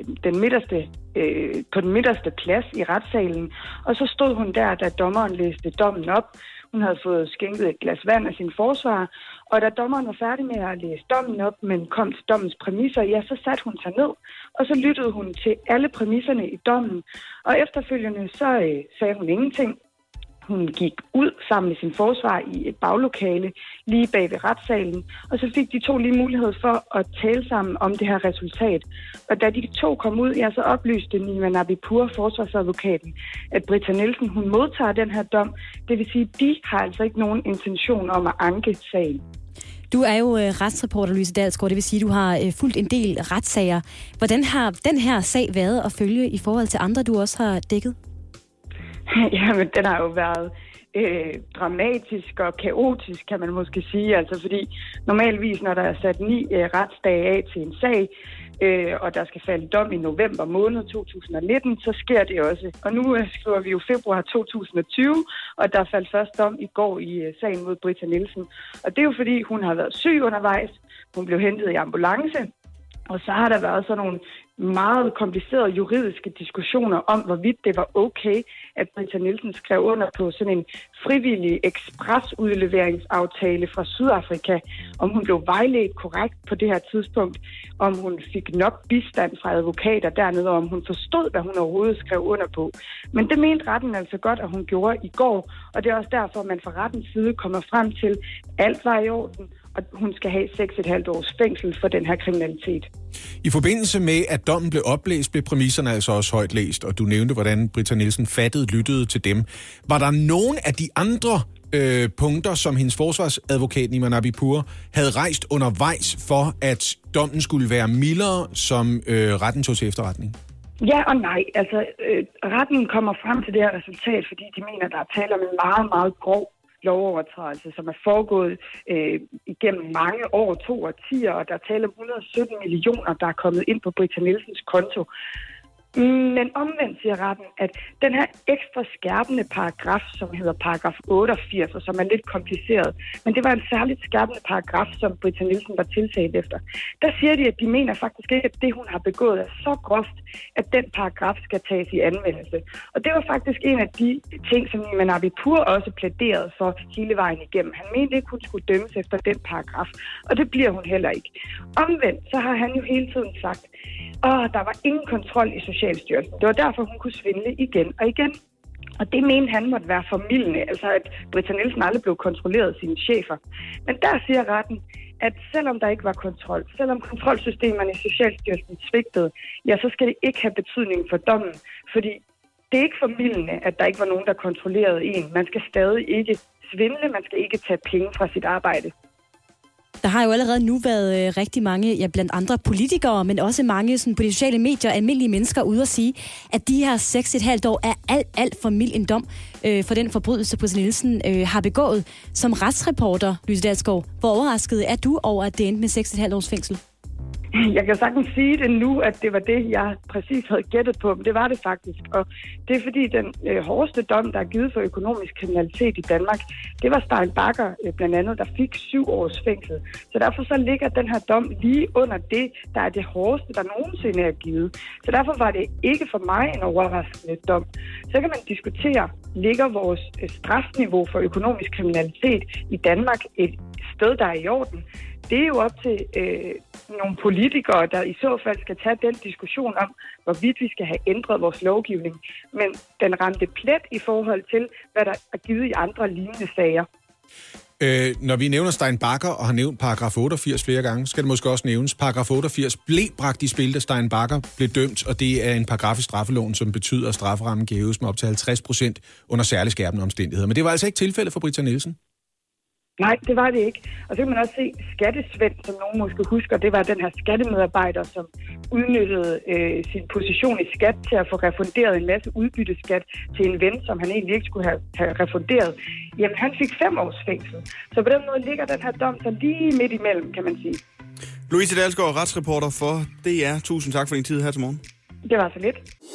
på den midterste plads i retssalen, og så stod hun der, da dommeren læste dommen op. Hun havde fået skænket et glas vand af sin forsvarer, og da dommeren var færdig med at læse dommen op, men kom til dommens præmisser, ja, så satte hun sig ned, og så lyttede hun til alle præmisserne i dommen. Og efterfølgende, så sagde hun ingenting. Hun gik ud sammen med sin forsvarer i et baglokale lige bag ved retssalen, og så fik de to lige mulighed for at tale sammen om det her resultat. Og da de to kom ud, ja, så oplyste Nima Nabipur, forsvarsadvokaten, at Britta Nielsen, hun modtager den her dom. Det vil sige, at de har altså ikke nogen intention om at anke sagen. Du er jo retsreporter, Louise Dalsgaard, det vil sige, at du har fulgt en del retssager. Hvordan har den her sag været at følge i forhold til andre, du også har dækket? Jamen, den har jo været dramatisk og kaotisk, kan man måske sige. Altså, fordi normalvis, når der er sat 9 retsdage af til en sag, og der skal falde dom i november måned 2019, så sker det også. Og nu skriver vi jo februar 2020, og der faldt først dom i går i sagen mod Britta Nielsen. Og det er jo fordi, hun har været syg undervejs. Hun blev hentet i ambulance. Og så har der været sådan nogle meget komplicerede juridiske diskussioner om, hvorvidt det var okay, at Britta Nielsen skrev under på sådan en frivillig ekspresudleveringsaftale fra Sydafrika, om hun blev vejledt korrekt på det her tidspunkt, om hun fik nok bistand fra advokater dernede, og om hun forstod, hvad hun overhovedet skrev under på. Men det mente retten altså godt, at hun gjorde i går, og det er også derfor, at man fra rettens side kommer frem til, at alt var i orden, og hun skal have 6,5 års fængsel for den her kriminalitet. I forbindelse med, at dommen blev oplæst, blev præmisserne altså også højt læst, og du nævnte, hvordan Britta Nielsen lyttede til dem. Var der nogen af de andre punkter, som hendes forsvarsadvokat Nima Nabipur havde rejst undervejs for, at dommen skulle være mildere, som retten tog til efterretning? Ja og nej. Altså, retten kommer frem til det her resultat, fordi de mener, der er tale om en meget, meget grov lovovertrædelse, som er foregået igennem mange år, 2 årtier, og der er tale om 117 millioner, der er kommet ind på Britta Nielsens konto. Men omvendt siger retten, at den her ekstra skærpende paragraf, som hedder paragraf 88, og som er lidt kompliceret, men det var en særligt skærpende paragraf, som Britta Nielsen var tiltalt efter. Der siger de, at de mener faktisk ikke, at det, hun har begået, er så groft, at den paragraf skal tages i anvendelse. Og det var faktisk en af de ting, som Nima Nabipur også plæderede for hele vejen igennem. Han mente ikke, hun skulle dømmes efter den paragraf, og det bliver hun heller ikke. Omvendt, så har han jo hele tiden sagt, at der var ingen kontrol i Socialstyrelsen. Det var derfor, hun kunne svindle igen og igen. Og det mente han måtte være formildende, altså at Britta Nielsen aldrig blev kontrolleret af sine chefer. Men der siger retten, at selvom der ikke var kontrol, selvom kontrolsystemerne i Socialstyrelsen svigtede, ja, så skal det ikke have betydning for dommen. Fordi det er ikke formildende, at der ikke var nogen, der kontrollerede en. Man skal stadig ikke svindle, man skal ikke tage penge fra sit arbejde. Der har jo allerede nu været rigtig mange, ja, blandt andre politikere, men også mange sådan, på de sociale medier, almindelige mennesker ude at sige, at de her 6,5 år er alt for mild en dom for den forbrydelse, Britta Nielsen har begået. Som retsreporter, Louise Dalsgaard, hvor overrasket er du over, at det endte med 6,5 års fængsel? Jeg kan sagtens sige det nu, at det var det, jeg præcis havde gættet på, men det var det faktisk. Og det er fordi, den hårdeste dom, der er givet for økonomisk kriminalitet i Danmark, det var Stein Bagger blandt andet, der fik 7 års fængsel. Så derfor så ligger den her dom lige under det, der er det hårdeste, der nogensinde er givet. Så derfor var det ikke for mig en overraskende dom. Så kan man diskutere, ligger vores strafniveau for økonomisk kriminalitet i Danmark et sted, der er i orden? Det er jo op til nogle politikere, der i så fald skal tage den diskussion om, hvorvidt vi skal have ændret vores lovgivning. Men den ramte plet i forhold til, hvad der er givet i andre lignende sager. Når vi nævner Stein Bagger og har nævnt paragraf 88 flere gange, skal det måske også nævnes. Paragraf 88 blev bragt i spil, da Stein Bagger blev dømt, og det er en paragraf i straffeloven, som betyder, at strafferammen kan hæves med op til 50% under særlig skærpende omstændigheder. Men det var altså ikke tilfældet for Britta Nielsen? Nej, det var det ikke. Og så kan man også se Skattesvend, som nogen måske husker, det var den her skattemedarbejder, som udnyttede sin position i skat til at få refunderet en masse udbytteskat til en ven, som han egentlig ikke skulle have refunderet. Jamen, han fik 5 års fængsel. Så på den måde ligger den her dom så lige midt imellem, kan man sige. Louise Dalsgaard, retsreporter for DR. Tusind tak for din tid her til morgen. Det var så lidt.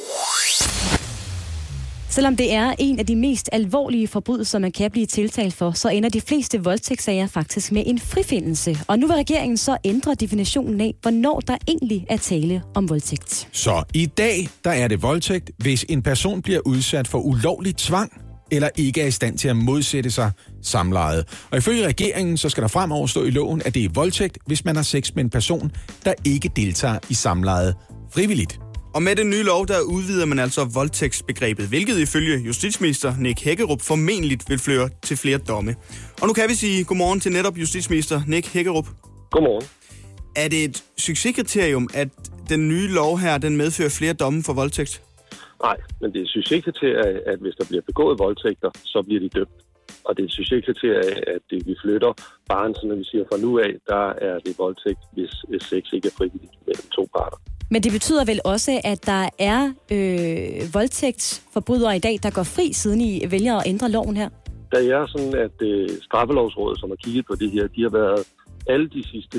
Selvom det er en af de mest alvorlige forbrydelser, man kan blive tiltalt for, så ender de fleste voldtægtssager faktisk med en frifindelse. Og nu vil regeringen så ændre definitionen af, hvornår der egentlig er tale om voldtægt. Så i dag, der er det voldtægt, hvis en person bliver udsat for ulovlig tvang, eller ikke er i stand til at modsætte sig samlejet. Og ifølge regeringen, så skal der fremover stå i loven, at det er voldtægt, hvis man har sex med en person, der ikke deltager i samlejet frivilligt. Og med den nye lov, der udvider man altså voldtægtsbegrebet, hvilket ifølge justitsminister Nick Hækkerup formentligt vil føre til flere domme. Og nu kan vi sige godmorgen til netop justitsminister Nick Hækkerup. Godmorgen. Er det et succeskriterium, at den nye lov her, den medfører flere domme for voldtægt? Nej, men det er et succeskriterium, at hvis der bliver begået voldtægter, så bliver de dømt. Og det er et succeskriterium, at vi flytter barnet, så når vi siger fra nu af, der er det voldtægt, hvis sex ikke er frivilligt mellem 2 parter. Men det betyder vel også, at der er voldtægtsforbrydere i dag, der går fri, siden I vælger at ændre loven her? Der er sådan, at Straffelovsrådet, som har kigget på det her, de har været alle de sidste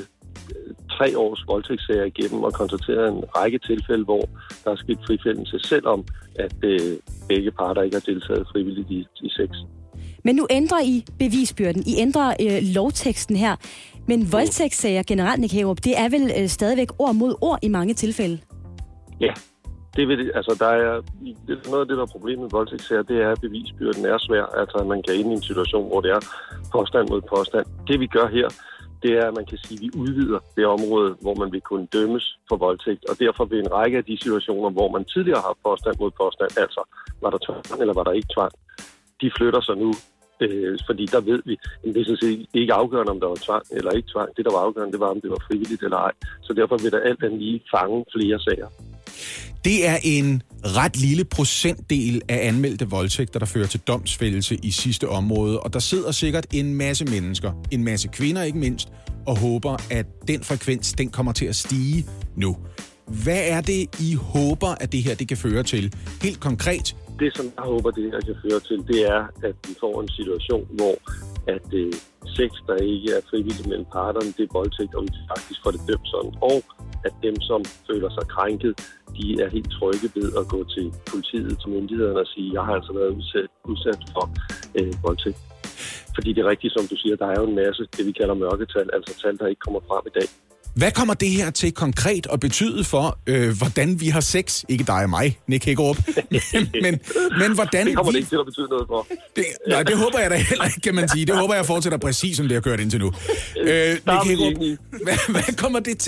3 års voldtægtssager igennem og konstateret en række tilfælde, hvor der er sket frifindelse, selvom at begge parter ikke har deltaget frivilligt i sex. Men nu ændrer I bevisbyrden. I ændrer lovteksten her. Men voldtægtssager generelt, Nick Hækkerup, det er vel stadigvæk ord mod ord i mange tilfælde? Ja, det vil det. Altså, der er noget af det, der er problemet med voldtægtssager, det er, at bevisbyrden er svær. Altså, man kan ind i en situation, hvor det er påstand mod påstand. Det vi gør her, det er, at man kan sige, at vi udvider det område, hvor man vil kunne dømmes for voldtægt. Og derfor vil en række af de situationer, hvor man tidligere har haft påstand mod påstand, altså var der tvang eller var der ikke tvang, de flytter sig nu. Fordi der ved vi, at det er sådan set ikke afgørende, om der var tvang eller ikke tvang. Det, der var afgørende, det var, om det var frivilligt eller ej. Så derfor vil der alt andet lige fange flere sager. Det er en ret lille procentdel af anmeldte voldtægter, der fører til domsfældelse i sidste område. Og der sidder sikkert en masse mennesker, en masse kvinder ikke mindst, og håber, at den frekvens, den kommer til at stige nu. Hvad er det, I håber, at det her det kan føre til? Helt konkret. Det, som jeg håber, det her kan føre til, det er, at vi får en situation, hvor at sex, der ikke er frivilligt mellem parterne, det er voldtægt, og vi faktisk får det dømt sådan. Og at dem, som føler sig krænket, de er helt trygge ved at gå til politiet, til myndighederne og sige, jeg har altså været udsat for voldtægt. Fordi det er rigtigt, som du siger, der er jo en masse, det vi kalder mørketal, altså tal, der ikke kommer frem i dag. Hvad kommer det her til konkret at betyde for, hvordan vi har sex? Ikke dig og mig, Nick Hækkerup. men hvordan det kommer vi... det ikke til at betyde noget for. Nej, det håber jeg da heller ikke, kan man sige. Det håber jeg fortsætter præcis, som det har kørt indtil nu. Nick Hækkerup, hvad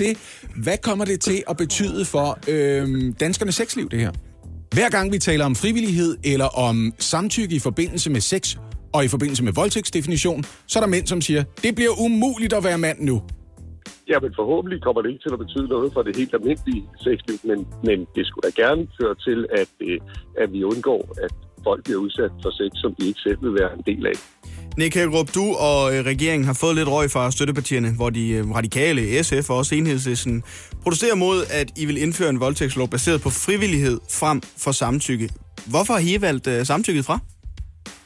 kommer det til at betyde for danskernes sexliv, det her? Hver gang vi taler om frivillighed eller om samtykke i forbindelse med sex og i forbindelse med voldtægtsdefinition, så er der mænd, som siger, det bliver umuligt at være mand nu. Ja, men forhåbentlig kommer det ikke til at betyde noget for det helt almindelige sexliv, men det skulle da gerne føre til, at vi undgår, at folk bliver udsat for sex, som de ikke selv vil være en del af. Nick Hækkerup, du og regeringen har fået lidt røg fra støttepartierne, hvor de radikale, SF og også Enhedslisten protesterer mod, at I vil indføre en voldtægtslov baseret på frivillighed frem for samtykke. Hvorfor har I valgt samtykket fra?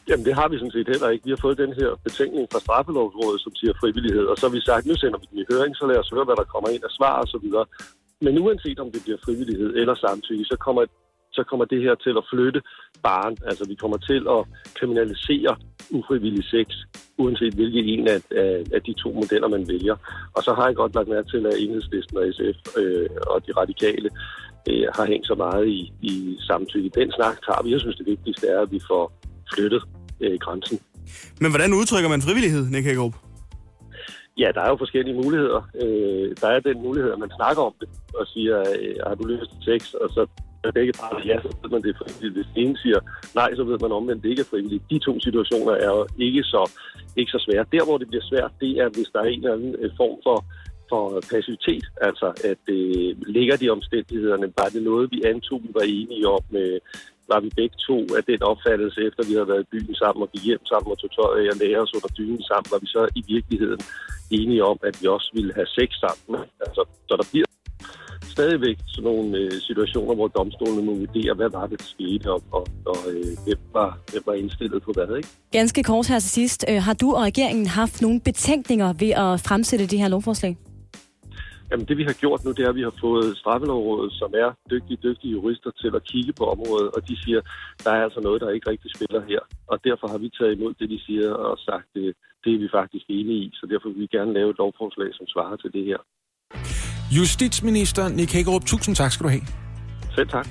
Jamen, det har vi sådan set heller ikke. Vi har fået den her betænkning fra Straffelovsrådet, som siger frivillighed, og så har vi sagt, nu sender vi den i høring, så lad os høre, hvad der kommer ind af svar og så videre. Men uanset om det bliver frivillighed eller samtykke, så kommer det her til at flytte barn. Altså, vi kommer til at kriminalisere ufrivillig sex, uanset hvilken en af de to modeller, man vælger. Og så har jeg godt lagt mærke til, at Enhedslisten og SF og de radikale har hængt så meget i samtykke. Den snak tager vi. Jeg synes, det vigtigste er, at vi får flyttet grænsen. Men hvordan udtrykker man frivillighed, Nick Hækkerup? Ja, der er jo forskellige muligheder. Der er den mulighed, at man snakker om det og siger, har du lyst til sex? Og så er begge parter ja, så ved man det er frivilligt. Hvis den ene siger nej, så ved man omvendt, det ikke er frivilligt. De to situationer er jo ikke så svære. Der, hvor det bliver svært, det er, hvis der er en eller anden form for passivitet. Altså, at det ligger de omstændighederne. Var det noget, vi antog, vi var enige om med... Var vi begge to af den opfattelse, efter vi havde været i byen sammen og gik hjem sammen og tog tøj af og lagde os under dynen sammen, var vi så i virkeligheden enige om, at vi også ville have sex sammen. Altså, så der bliver stadigvæk sådan nogle situationer, hvor domstolene må vurdere, hvad var det, der skete, og hvem var indstillet på hvad, ikke? Ganske kort her til sidst. Har du og regeringen haft nogle betænkninger ved at fremsætte det her lovforslag? Jamen, det vi har gjort nu, det er, at vi har fået Straffelovrådet, som er dygtige jurister til at kigge på området, og de siger, der er altså noget, der ikke rigtig spiller her. Og derfor har vi taget imod det, de siger, og sagt, det er vi faktisk enige i, så derfor vil vi gerne lave et lovforslag, som svarer til det her. Justitsminister Nick Hækkerup, tusind tak skal du have. Selv tak.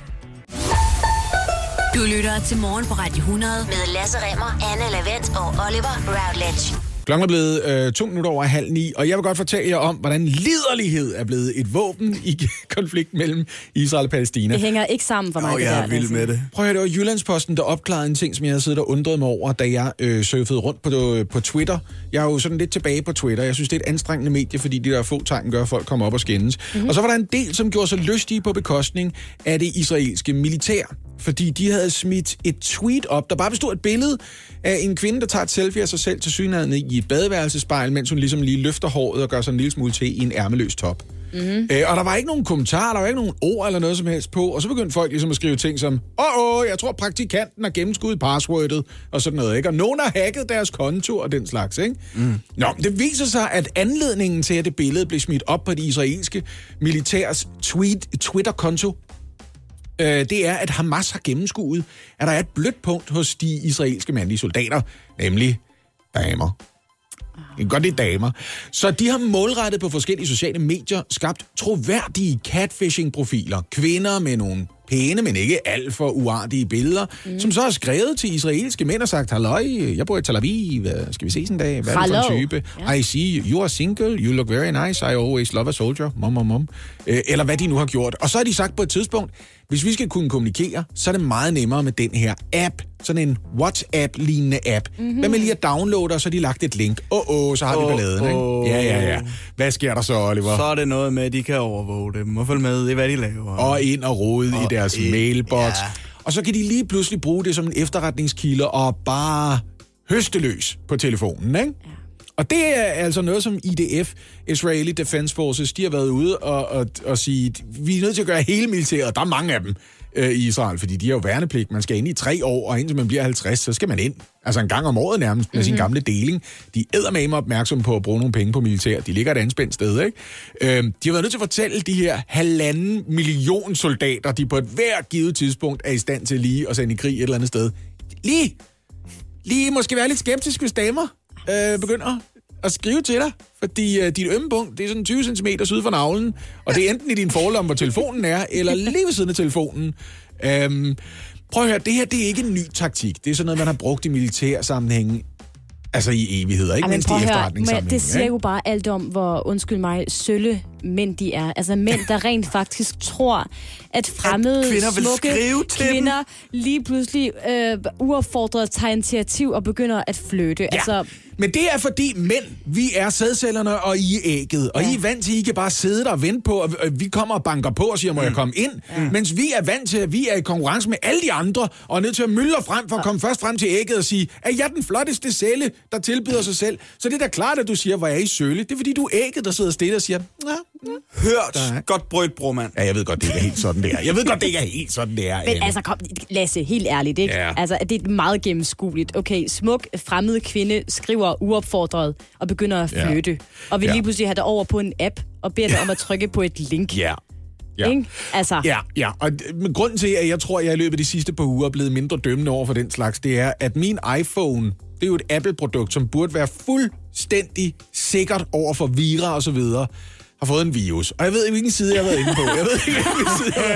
Du lytter til Morgen på Radio 100 med Lasse Remmer, Anne Lavent og Oliver Routledge. Klokken er blevet 2 minutter over 8:30, og jeg vil godt fortælle jer om, hvordan liderlighed er blevet et våben i konflikten mellem Israel og Palæstina. Det hænger ikke sammen for mig. Jeg er vild med det. Prøv at høre, det var Jyllandsposten, der opklarede en ting, som jeg havde siddet og undret mig over, da jeg surfede rundt på Twitter. Jeg er jo sådan lidt tilbage på Twitter. Jeg synes, det er et anstrengende medie, fordi de der få tegn gør, at folk kommer op og skændes. Mm-hmm. Og så var der en del, som gjorde sig lystige på bekostning af det israelske militær. Fordi de havde smidt et tweet op, der bare bestod et billede af en kvinde, der tager et selfie af sig selv til synligheden i et badeværelsespejl, mens hun ligesom lige løfter håret og gør sig en lille smule til i en ærmeløs top. Mm-hmm. Og der var ikke nogen kommentarer, der var ikke nogen ord eller noget som helst på, og så begyndte folk ligesom at skrive ting som, jeg tror praktikanten har gennemskuddet passwordet, og sådan noget, ikke? Og nogen har hacket deres konto og den slags, ikke? Mm. Nå, det viser sig, at anledningen til, at det billede blev smidt op på det israelske militærs Twitter-konto, det er, at Hamas har gennemskuet, at der er et blødt punkt hos de israelske mandlige soldater, nemlig damer. Det kan godt lide damer. Så de har målrettet på forskellige sociale medier skabt troværdige catfishing-profiler. Kvinder med nogle pæne, men ikke alt for uartige billeder, som så har skrevet til israelske mænd og sagt, halløj, jeg bor i Tel Aviv, skal vi ses en dag? Hvad er det for en type? Yeah. I see, you are single, you look very nice, I always love a soldier, mom. Eller hvad de nu har gjort. Og så har de sagt på et tidspunkt, hvis vi skal kunne kommunikere, så er det meget nemmere med den her app, sådan en WhatsApp-lignende app. Mm-hmm. Hvad med lige at downloade, og så har de lagt et link. Så har vi balladen, ikke? Ja. Hvad sker der så, Oliver? Så er det noget med, at de kan overvåge dem og følge med i, hvad de laver. Og ind og rode i deres mailbox. Ja. Og så kan de lige pludselig bruge det som en efterretningskilde og bare høste løs på telefonen, ikke? Ja. Og det er altså noget, som IDF, Israeli Defense Forces, de har været ude og sige, vi er nødt til at gøre hele militæret, der er mange af dem i Israel, fordi de har jo værnepligt. Man skal ind i 3 år, og indtil man bliver 50, så skal man ind. Altså en gang om året nærmest med sin gamle deling. De er eddermame opmærksomme på at bruge nogle penge på militær. De ligger et anspændt sted, ikke? De har været nødt til at fortælle de her 1,5 million soldater, de på et hvert givet tidspunkt er i stand til lige at sende i krig et eller andet sted. Lige måske være lidt skeptisk, hvis damer begynder at skrive til dig, fordi dit ømme punkt, det er sådan 20 cm syd for navlen, og det er enten i din forlomme, hvor telefonen er, eller lige ved siden af telefonen. Prøv at høre, det her, det er ikke en ny taktik. Det er sådan noget, man har brugt i militærsammenhænge, altså i evigheder, ikke mindst i efterretningssammenhænge. Det siger jo bare alt om, hvor, undskyld mig, sølle mænd de er. Altså mænd, der rent faktisk tror, at fremmede, smukke kvinder lige pludselig uaffordret tager initiativ og begynder at flytte. Ja. Altså, men det er fordi mænd, vi er sædcellerne, og I er ægget. Og I er vant til, at I kan bare sidde der og vente på, og vi kommer og banker på og siger, må jeg komme ind? Mens vi er vant til, at vi er i konkurrence med alle de andre, og er nødt til at myldre frem for at komme først frem til ægget og sige, at jeg er den flotteste celle, der tilbyder sig selv. Så det er da klart, at du siger, hvor er I sølle. Det er fordi, du er ægget, der sidder stille og siger, Hørt. Godt brødt, bror, mand. Ja, jeg ved godt, det ikke er helt sådan, det er. Men altså, kom, Lasse, helt ærligt, ikke? Ja. Altså, det er meget gennemskueligt. Okay, smuk, fremmede kvinde skriver uopfordret og begynder at flytte. Og vil lige pludselig have dig over på en app og beder dig om at trykke på et link. Ja. Altså. Ja. Men grunden til, at jeg tror, at jeg i løbet af de sidste par uger er blevet mindre dømmende over for den slags, det er, at min iPhone, det er jo et Apple-produkt, som burde være fuldstændig sikkert over for vira og så videre, har fået en virus. Og jeg ved ikke, hvilken side jeg har været inde på. Jeg ved ikke, hvilken side jeg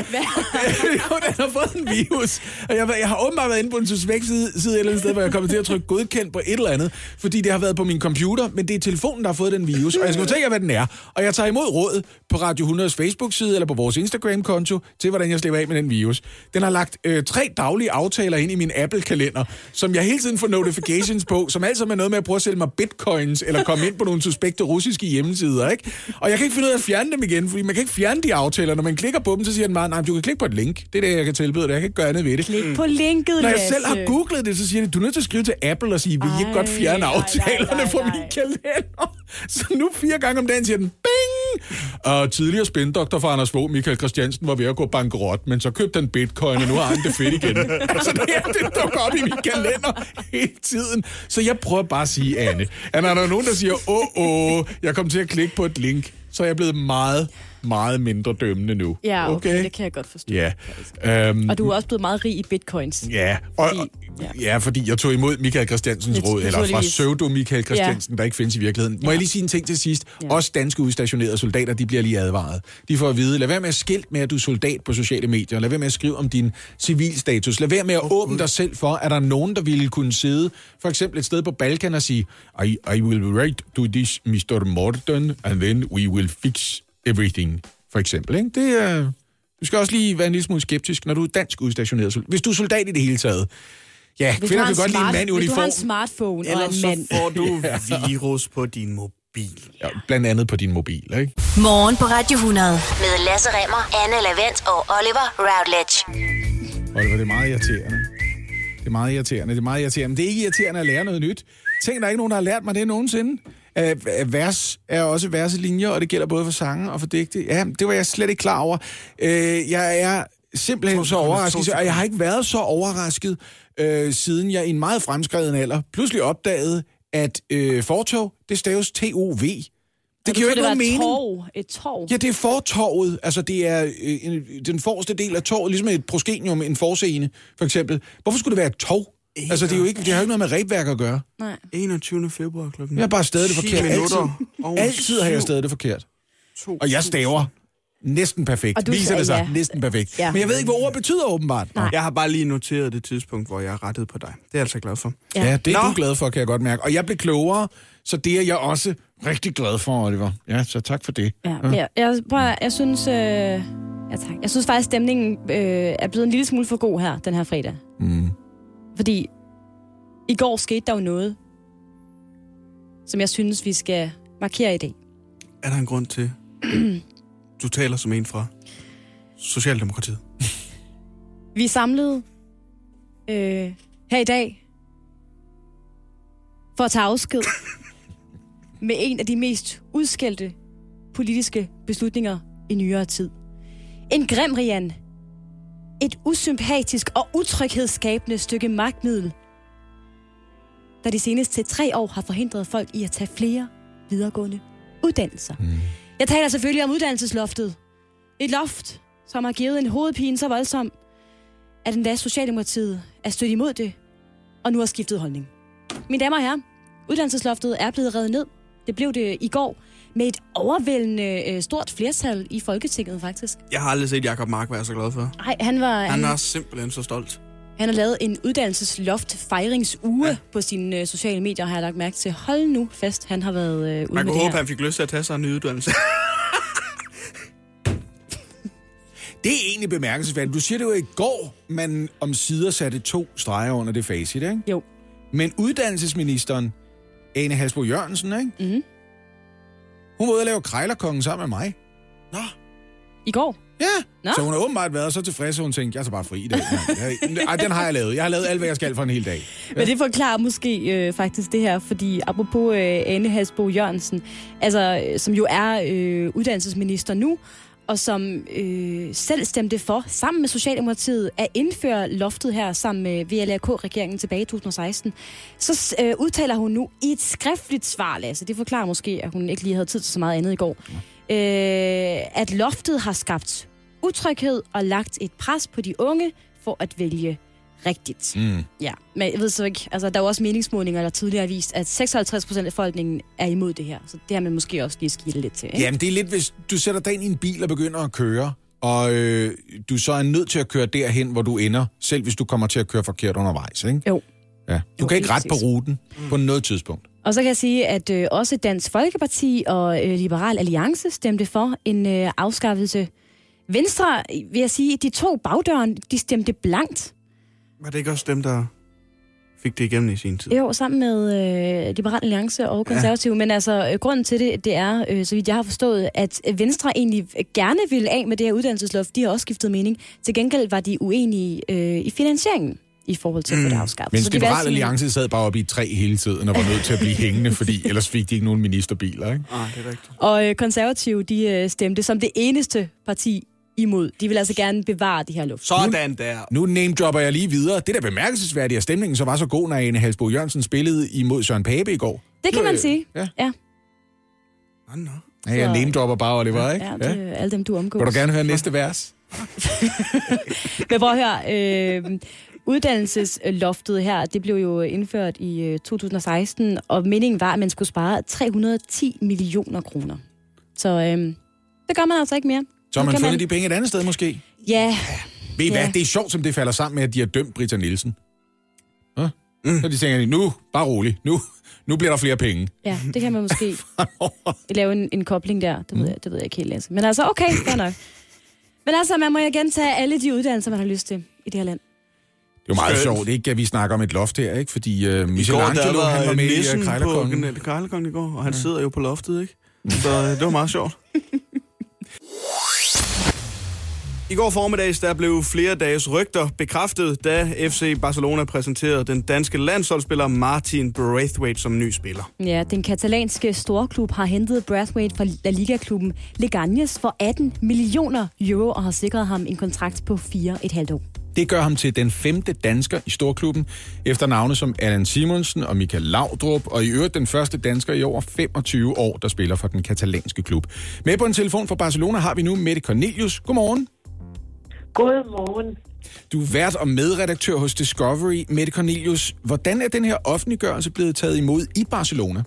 den har fået en virus. Og jeg har åbenbart været inde på en suspekt side et eller andet sted, hvor jeg kommer til at trykke godkendt på et eller andet, fordi det har været på min computer, men det er telefonen, der har fået den virus. Og jeg skal fortælle jer, hvad den er. Og jeg tager imod råd på Radio 100's Facebook-side eller på vores Instagram-konto til, hvordan jeg slipper af med den virus. Den har lagt 3 daglige aftaler ind i min Apple-kalender, som jeg hele tiden får notifications på, som altså er noget med at prøve at sælge mig bitcoins eller komme ind på nogle suspekte russiske hjemmesider, ikke? Og jeg kan ikke finde ud af at fjerne dem igen, fordi man kan ikke fjerne de aftaler. Når man klikker på dem, så siger den bare, nej, du kan klikke på et link. Det er det, jeg kan tilbyde dig. Jeg kan ikke gøre andet ved det. Klik på linket, Når jeg selv har googlet det, så siger de, du er nødt til at skrive til Apple og sige, vil I ikke godt fjerne aftalerne fra min kalender? Så nu 4 gange om dagen siger den, bing! Og tidligere spindoktor fra Anders Fogh, Michael Christiansen, var ved at gå bankerot, men så købte han bitcoin, og nu har han det fedt igen. Altså, det dukker op i min kalender hele tiden. Så jeg prøver bare at sige, Anne, at når der er nogen, der siger, jeg kom til at klikke på et link, så er jeg blevet meget, meget mindre dømmende nu. Ja, okay, det kan jeg godt forstå. Ja. Og du er også blevet meget rig i bitcoins. Ja, fordi jeg tog imod Michael Christiansens råd, eller fra pseudo-Michael Christiansen, der ikke findes i virkeligheden. Må jeg lige sige en ting til sidst? Også danske udstationerede soldater, de bliver lige advaret. De får at vide, lad være med at skilt med, at du er soldat på sociale medier. Lad være med at skrive om din civilstatus. Lad være med at åbne dig selv for, at der er nogen, der ville kunne sidde for eksempel et sted på Balkan og sige, I will write to this Mr. Morton, and then we will fix everything, for eksempel. Ikke? Det er... Du skal også lige være en lille smule skeptisk, når du er dansk udstationeret soldat. Hvis du er soldat i det hele taget, kvinder kan godt lide en mand i uniform. Hvis du har en smartphone og en mand. Så får du virus på din mobil. Ja, blandt andet på din mobil, ikke? Morgen på Radio 100 med Lasse Remmer, Anne Lavent og Oliver Routledge. Oliver, det er meget irriterende. Det er meget irriterende. Men det er ikke irriterende at lære noget nyt. Tænk, der er ikke nogen, der har lært mig det nogensinde. Vers er også verselinjer, og det gælder både for sange og for digte. Ja, det var jeg slet ikke klar over. Jeg er simpelthen så overrasket, og jeg har ikke været så overrasket, siden jeg i en meget fremskreden alder pludselig opdagede, at fortov, det staves T-O-V. Det giver jo ikke nogen mening. Et torv. Ja, det er fortorvet. Altså, det er den forreste del af torvet, ligesom et proskenium, en forscene, for eksempel. Hvorfor skulle det være et torv? Altså, det har jo ikke noget med rebværk at gøre. Nej. 21. februar klokken. Jeg har bare stadig det forkert. Altid har jeg stadig det forkert. Og jeg staver næsten perfekt. Viser det sig næsten perfekt. Ja. Men jeg ved ikke, hvad ord betyder åbenbart. Nej. Jeg har bare lige noteret det tidspunkt, hvor jeg rettede på dig. Det er jeg altså glad for. Ja, det er du glad for, kan jeg godt mærke. Og jeg blev klogere, så det er jeg også rigtig glad for, Oliver. Ja, så tak for det. Ja. Jeg synes... tak. Jeg synes faktisk, stemningen er blevet en lille smule for god her, den her fredag. Fordi i går skete der jo noget, som jeg synes, vi skal markere i dag. Er der en grund til, du taler som en fra Socialdemokratiet? Vi er samlet her i dag for at tage afsked med en af de mest udskældte politiske beslutninger i nyere tid. En grimrian, et usympatisk og utryghedsskabende stykke magtmiddel, der de seneste 3 år har forhindret folk i at tage flere videregående uddannelser. Jeg taler selvfølgelig om uddannelsesloftet. Et loft, som har givet en hovedpine så voldsom, at endda Socialdemokratiet er stødt imod det, og nu har skiftet holdning. Mine damer og herrer, uddannelsesloftet er blevet revet ned. Det blev det i går med et overvældende stort flertal i Folketinget, faktisk. Jeg har aldrig set Jacob Mark være så glad for. Nej, han er simpelthen så stolt. Han har lavet en uddannelsesloft-fejringsuge på sine sociale medier, har jeg lagt mærke til. Hold nu fast, han har været ude med det her. Man kunne håbe, han fik lyst til at tage sig en ny uddannelse. Det er egentlig bemærkelsesværdigt. Du siger det jo i går, man omsider satte 2 streger under det facit, ikke? Jo. Men uddannelsesministeren, Ane Halsboe Jørgensen, ikke? Mm-hmm. Hun var ude at lave Krejlerkongen sammen med mig. I går? Ja, så hun har åbenbart været så tilfreds, at hun tænkte, jeg er så bare fri i dag. Ej, den har jeg lavet. Jeg har lavet alt, hvad jeg skal for en hel dag. Ja. Men det forklarer måske faktisk det her, fordi apropos Ane Halsboe Jørgensen, altså, som jo er uddannelsesminister nu, og som selv stemte for, sammen med Socialdemokratiet, at indføre loftet her sammen med VLAK-regeringen tilbage i 2016, så udtaler hun nu i et skriftligt svar, Lasse, det forklarer måske, at hun ikke lige havde tid til så meget andet i går, at loftet har skabt utryghed og lagt et pres på de unge for at vælge rigtigt. Ja, men jeg ved så ikke, altså der er jo også meningsmålinger, der tidligere har vist, at 56% af befolkningen er imod det her, så det har man måske også lige skillet lidt til, ikke? Jamen det er lidt, hvis du sætter dig ind i en bil og begynder at køre, og du så er nødt til at køre derhen, hvor du ender, selv hvis du kommer til at køre forkert undervejs, ikke? Jo. Ja. Du kan ikke rette på ruten på noget tidspunkt. Og så kan jeg sige, at også Dansk Folkeparti og Liberal Alliance stemte for en afskaffelse. Venstre, vil jeg sige, de to bagdøren, de stemte blankt. Var det ikke også dem, der fik det igennem i sin tid? Jo, sammen med Liberal Alliance og Konservative. Ja. Men altså, grunden til det er, så vidt jeg har forstået, at Venstre egentlig gerne ville af med det her uddannelsesloft. De har også skiftet mening. Til gengæld var de uenige i finansieringen i forhold til at få det afskaffet. Men Liberal Alliance sad bare oppe i 3 hele tiden og var nødt til at blive hængende, fordi ellers fik de ikke nogen ministerbiler, ikke? Det er rigtigt. Og Konservative, de stemte som det eneste parti imod. De vil altså gerne bevare de her luft. Sådan der. Nu name-dropper jeg lige videre. Det der bemærkelsesværdige, at stemningen så var så god, når Ane Halsboe Jørgensen spillede imod Søren Pape i går. Det kan man sige. Ja. Ja, jeg name-dropper bare, Oliver, ikke? Ja, det er alle dem, du omgås. Vil du gerne høre næste vers? Men prøv at høre. Uddannelsesloftet her, det blev jo indført i 2016, og meningen var, at man skulle spare 310 millioner kroner. Så det gør man altså ikke mere. Så har man fundet de penge et andet sted måske? Ja. Ved I hvad? Det er sjovt, som det falder sammen med, at de har dømt Britta Nielsen. Så de tænker, nu, bare rolig, nu bliver der flere penge. Ja, det kan man måske lave en kobling der. Det ved jeg ikke helt, altså. Men altså, okay, fair nok. Men altså, man må igen tage alle de uddannelser, man har lyst til i det her land. Det er jo meget sjovt, ikke, at vi snakker om et loft her, ikke? Fordi Michelangelo, han var med i Krejlerkongen i går, og han sidder jo på loftet, ikke? Så det var meget sjovt. I går formiddags, der blev flere dages rygter bekræftet, da FC Barcelona præsenterede den danske landsholdsspiller Martin Braithwaite som ny spiller. Ja, den katalanske storklub har hentet Braithwaite fra La Liga-klubben Leganés for 18 millioner euro og har sikret ham en kontrakt på 4,5 år. Det gør ham til den 5. dansker i storklubben, efter navne som Allan Simonsen og Michael Laudrup, og i øvrigt den første dansker i over 25 år, der spiller for den katalanske klub. Med på en telefon fra Barcelona har vi nu Mette Cornelius. Godmorgen. Godmorgen. Du er vært og medredaktør hos Discovery. Mette Cornelius, hvordan er den her offentliggørelse blevet taget imod i Barcelona?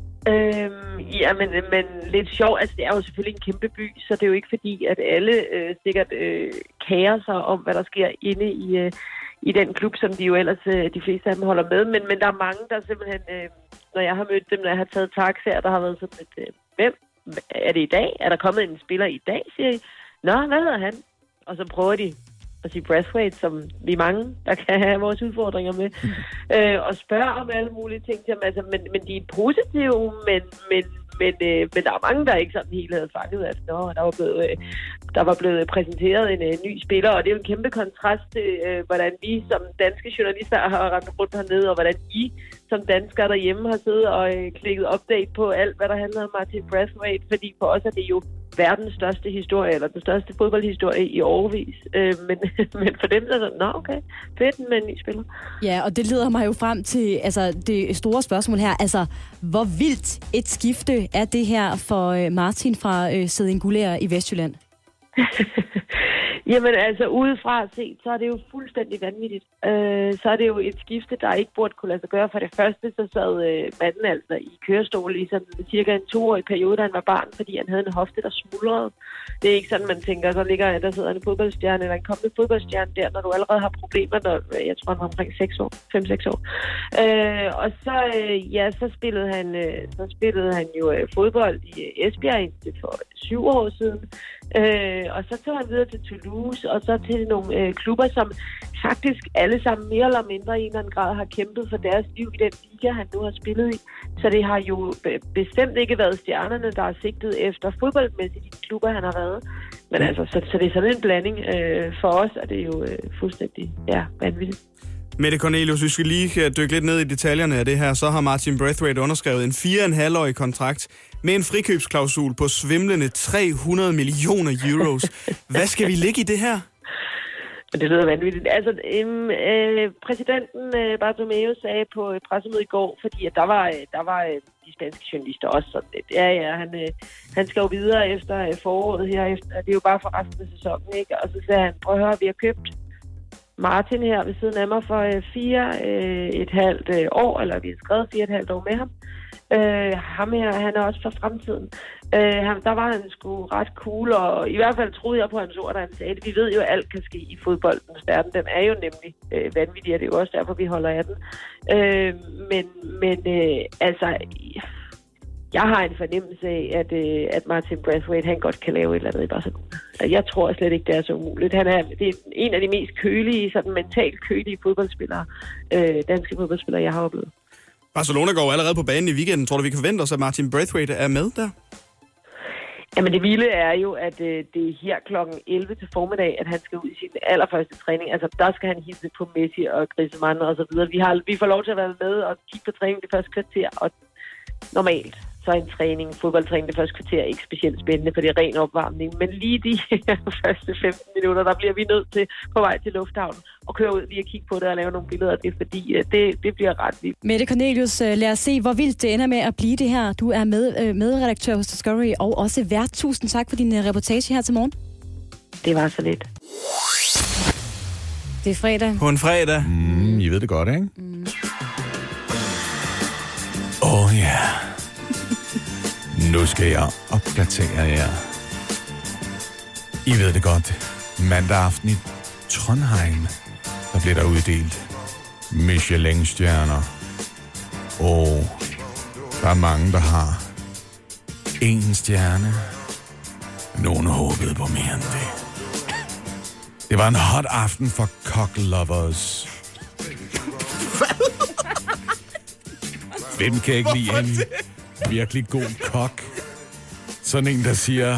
Men lidt sjovt, altså det er jo selvfølgelig en kæmpe by, så det er jo ikke fordi, at alle sikkert kærer sig om, hvad der sker inde i den klub, som de jo ellers de fleste af dem holder med. Men der er mange, der simpelthen, når jeg har mødt dem, når jeg har taget taxaer, der har været sådan et, hvem? Er det i dag? Er der kommet en spiller i dag, siger I? Nå, hvad hedder han? Og så prøver de at sige Braithwaite, som vi er mange, der kan have vores udfordringer med, og spørger om alle mulige ting til ham. Altså, men de er positive, men der er mange, der ikke sådan helt havde fanget, at der var blevet præsenteret en ny spiller, og det er jo en kæmpe kontrast til, hvordan vi som danske journalister har rendt rundt hernede, og hvordan I som danskere derhjemme har siddet og klikket update på alt, hvad der handler om Martin Braithwaite, fordi for os er det jo verdens største historie, eller den største fodboldhistorie i årevis. Men for dem er det sådan, okay, fedt med en ny spiller. Ja, og det leder mig jo frem til det store spørgsmål her. Altså, hvor vildt et skifte er det her for Martin fra Sædingulære i Vestjylland? Jamen altså, udefra set, så er det jo fuldstændig vanvittigt. Så er det jo et skifte, der ikke burde kunne lade sig gøre. For det første, så sad manden altså i kørestol i sådan cirka en 2-årig periode, da han var barn, fordi han havde en hofte, der smuldrede. Det er ikke sådan, man tænker, der sidder en fodboldstjerne eller en kommende fodboldstjerne der, når du allerede har problemer, når jeg tror, han var omkring 5-6 år. Og så spillede han jo fodbold i Esbjerg indtil for 7 år siden. Og så tog han videre til Toulouse, og så til nogle klubber, som faktisk alle sammen mere eller mindre i en eller anden grad har kæmpet for deres liv i den liga, han nu har spillet i. Så det har jo bestemt ikke været stjernerne, der har sigtet efter fodboldmæssigt i de klubber, han har været. Men altså, så det er sådan en blanding. For os er det jo fuldstændig vanvittigt. Mette Cornelius, vi skal lige dykke lidt ned i detaljerne af det her. Så har Martin Braithwaite underskrevet en 4,5-årig kontrakt med en frikøbsklausul på svimlende 300 millioner euros. Hvad skal vi ligge i det her? Det lyder vanvittigt. Altså, præsidenten Bartomeu sagde på et pressemøde i går, fordi at der var de spanske journalister også sådan lidt. Han skal jo videre efter foråret her. Det er jo bare for resten af sæsonen, ikke? Og så sagde han, prøv at høre, vi har købt Martin her ved siden af mig for 4,5 år, eller vi har skrevet 4,5 år med ham. Ham her, han er også for fremtiden. Der var han sgu ret cool, og i hvert fald troede jeg på hans ord, da han sagde det. Vi ved jo, at alt kan ske i fodboldens verden. Den er jo nemlig vanvittig, og det er jo også derfor, vi holder af den. Men altså, jeg har en fornemmelse af, at Martin Braithwaite, han godt kan lave et eller andet i Barcelona. Jeg tror slet ikke, det er så umuligt. Det er en af de mest kølige, sådan mentalt kølige fodboldspillere, danske fodboldspillere, jeg har oplevet. Barcelona går allerede på banen i weekenden. Tror du, vi kan forvente os, at Martin Braithwaite er med der? Jamen det vilde er jo, at det er her klokken 11 til formiddag, at han skal ud i sin allerførste træning. Altså der skal han hilse på Messi og Griezmann og så videre. Vi får lov til at være med og kigge på træning det første kvarter, og normalt så er en fodboldtræning det første kvarter ikke specielt spændende, for det er ren opvarmning. Men lige de første 15 minutter, der bliver vi nødt til på vej til lufthavnen og køre ud lige og kigge på det og lave nogle billeder af det, fordi det bliver ret vildt. Mette Cornelius, lad os se, hvor vildt det ender med at blive det her. Du er medredaktør hos Discovery og også vært. Tusind tak for din reportage her til morgen. Det var så lidt. Det er fredag. På en fredag. I ved det godt, ikke? Nu skal jeg opdatere jer. I ved det godt. Mandag aften i Trondheim, der bliver der uddelt Michelin-stjerner. Der er mange, der har 1 stjerne. Nogle håbede på mere end det. Det var en hot aften for cock lovers. Hvem kan ikke lide en virkelig god kok? Sådan en, der siger,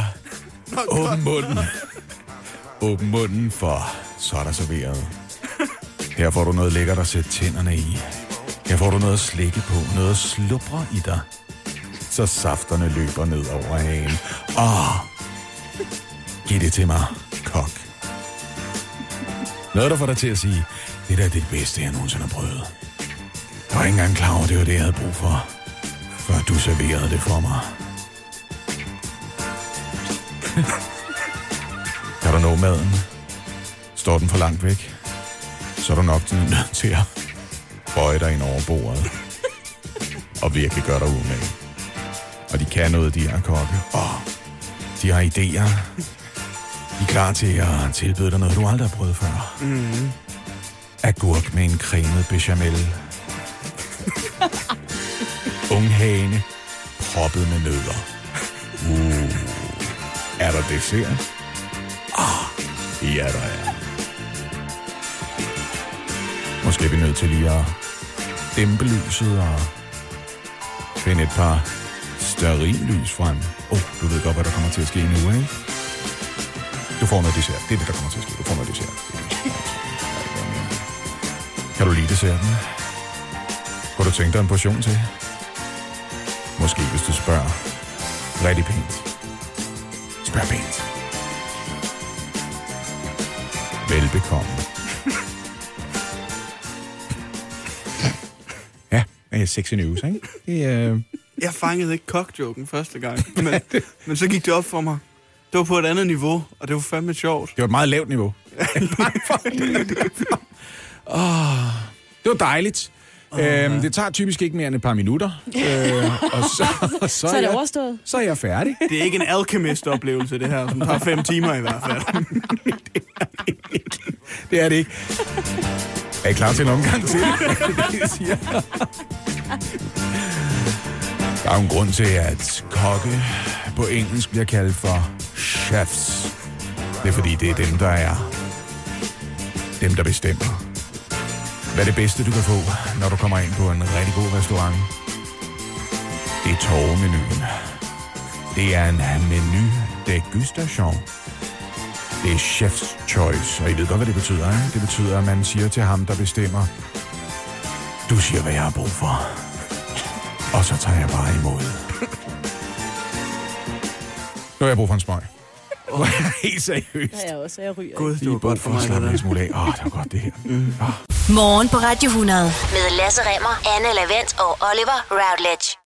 åbn munden, for så er der serveret. Her får du noget lækkert at sætte tænderne i. Her får du noget at slikke på, noget at slubre i dig, så safterne løber ned over hagen. Giv det til mig, kok. Noget, der får dig til at sige, det der er det bedste, jeg nogensinde har prøvet. Jeg var ikke engang klar over, det var det, jeg havde brug for, før du serverede det for mig. Kan du nå maden? Står den for langt væk? Så er du nok nødt til at bøje dig ind over bordet og virkelig gøre dig umage. Og de kan noget, de her kokke. De har idéer. De er klar til at tilbyde dig noget, du aldrig har prøvet før. Agurk med en cremet bechamel. Ung hane, proppet med nødder. Er der dessert? Ja, der er. Måske er vi nødt til lige at dæmpe lyset og finde et par stearinlys frem. Du ved godt, hvad der kommer til at ske nu, ikke? Du får noget dessert. Det er det, der kommer til at ske. Du får noget dessert. Kan du lide desserten? Kunne du tænke dig en portion til? Måske, hvis du spørger rigtig pænt. Spørg pænt. Velbekomme. Ja, det er sexy news, ikke? Jeg fangede ikke kokjoken første gang, men så gik det op for mig. Det var på et andet niveau, og det var fandme sjovt. Det var et meget lavt niveau. Det var dejligt. Det tager typisk ikke mere end et par minutter. Og så er det overstået. Så er jeg færdig. Det er ikke en Alchemist-oplevelse, det her. Som tager 5 timer i hvert fald. Det er det ikke. Er I klar til en omgang til? Det siger. Der er jo en grund til, at kokke på engelsk bliver kaldt for chefs. Det er fordi, det er dem, der bestemmer. Hvad er det bedste, du kan få, når du kommer ind på en rigtig god restaurant? Det er torvemenuen. Det er en menu degustation. Det er chef's choice, og I ved godt, hvad det betyder, ikke? Det betyder, at man siger til ham, der bestemmer, du siger, hvad jeg har brug for, og så tager jeg bare imod. Nu har jeg brug for en smøg. Helt seriøst. Ja, jeg også. Jeg ryger. Gud, det var godt for mig. Det var godt det her. Morgen på Radio 100 med Lasse Remmer, Anne Lavent og Oliver Routledge.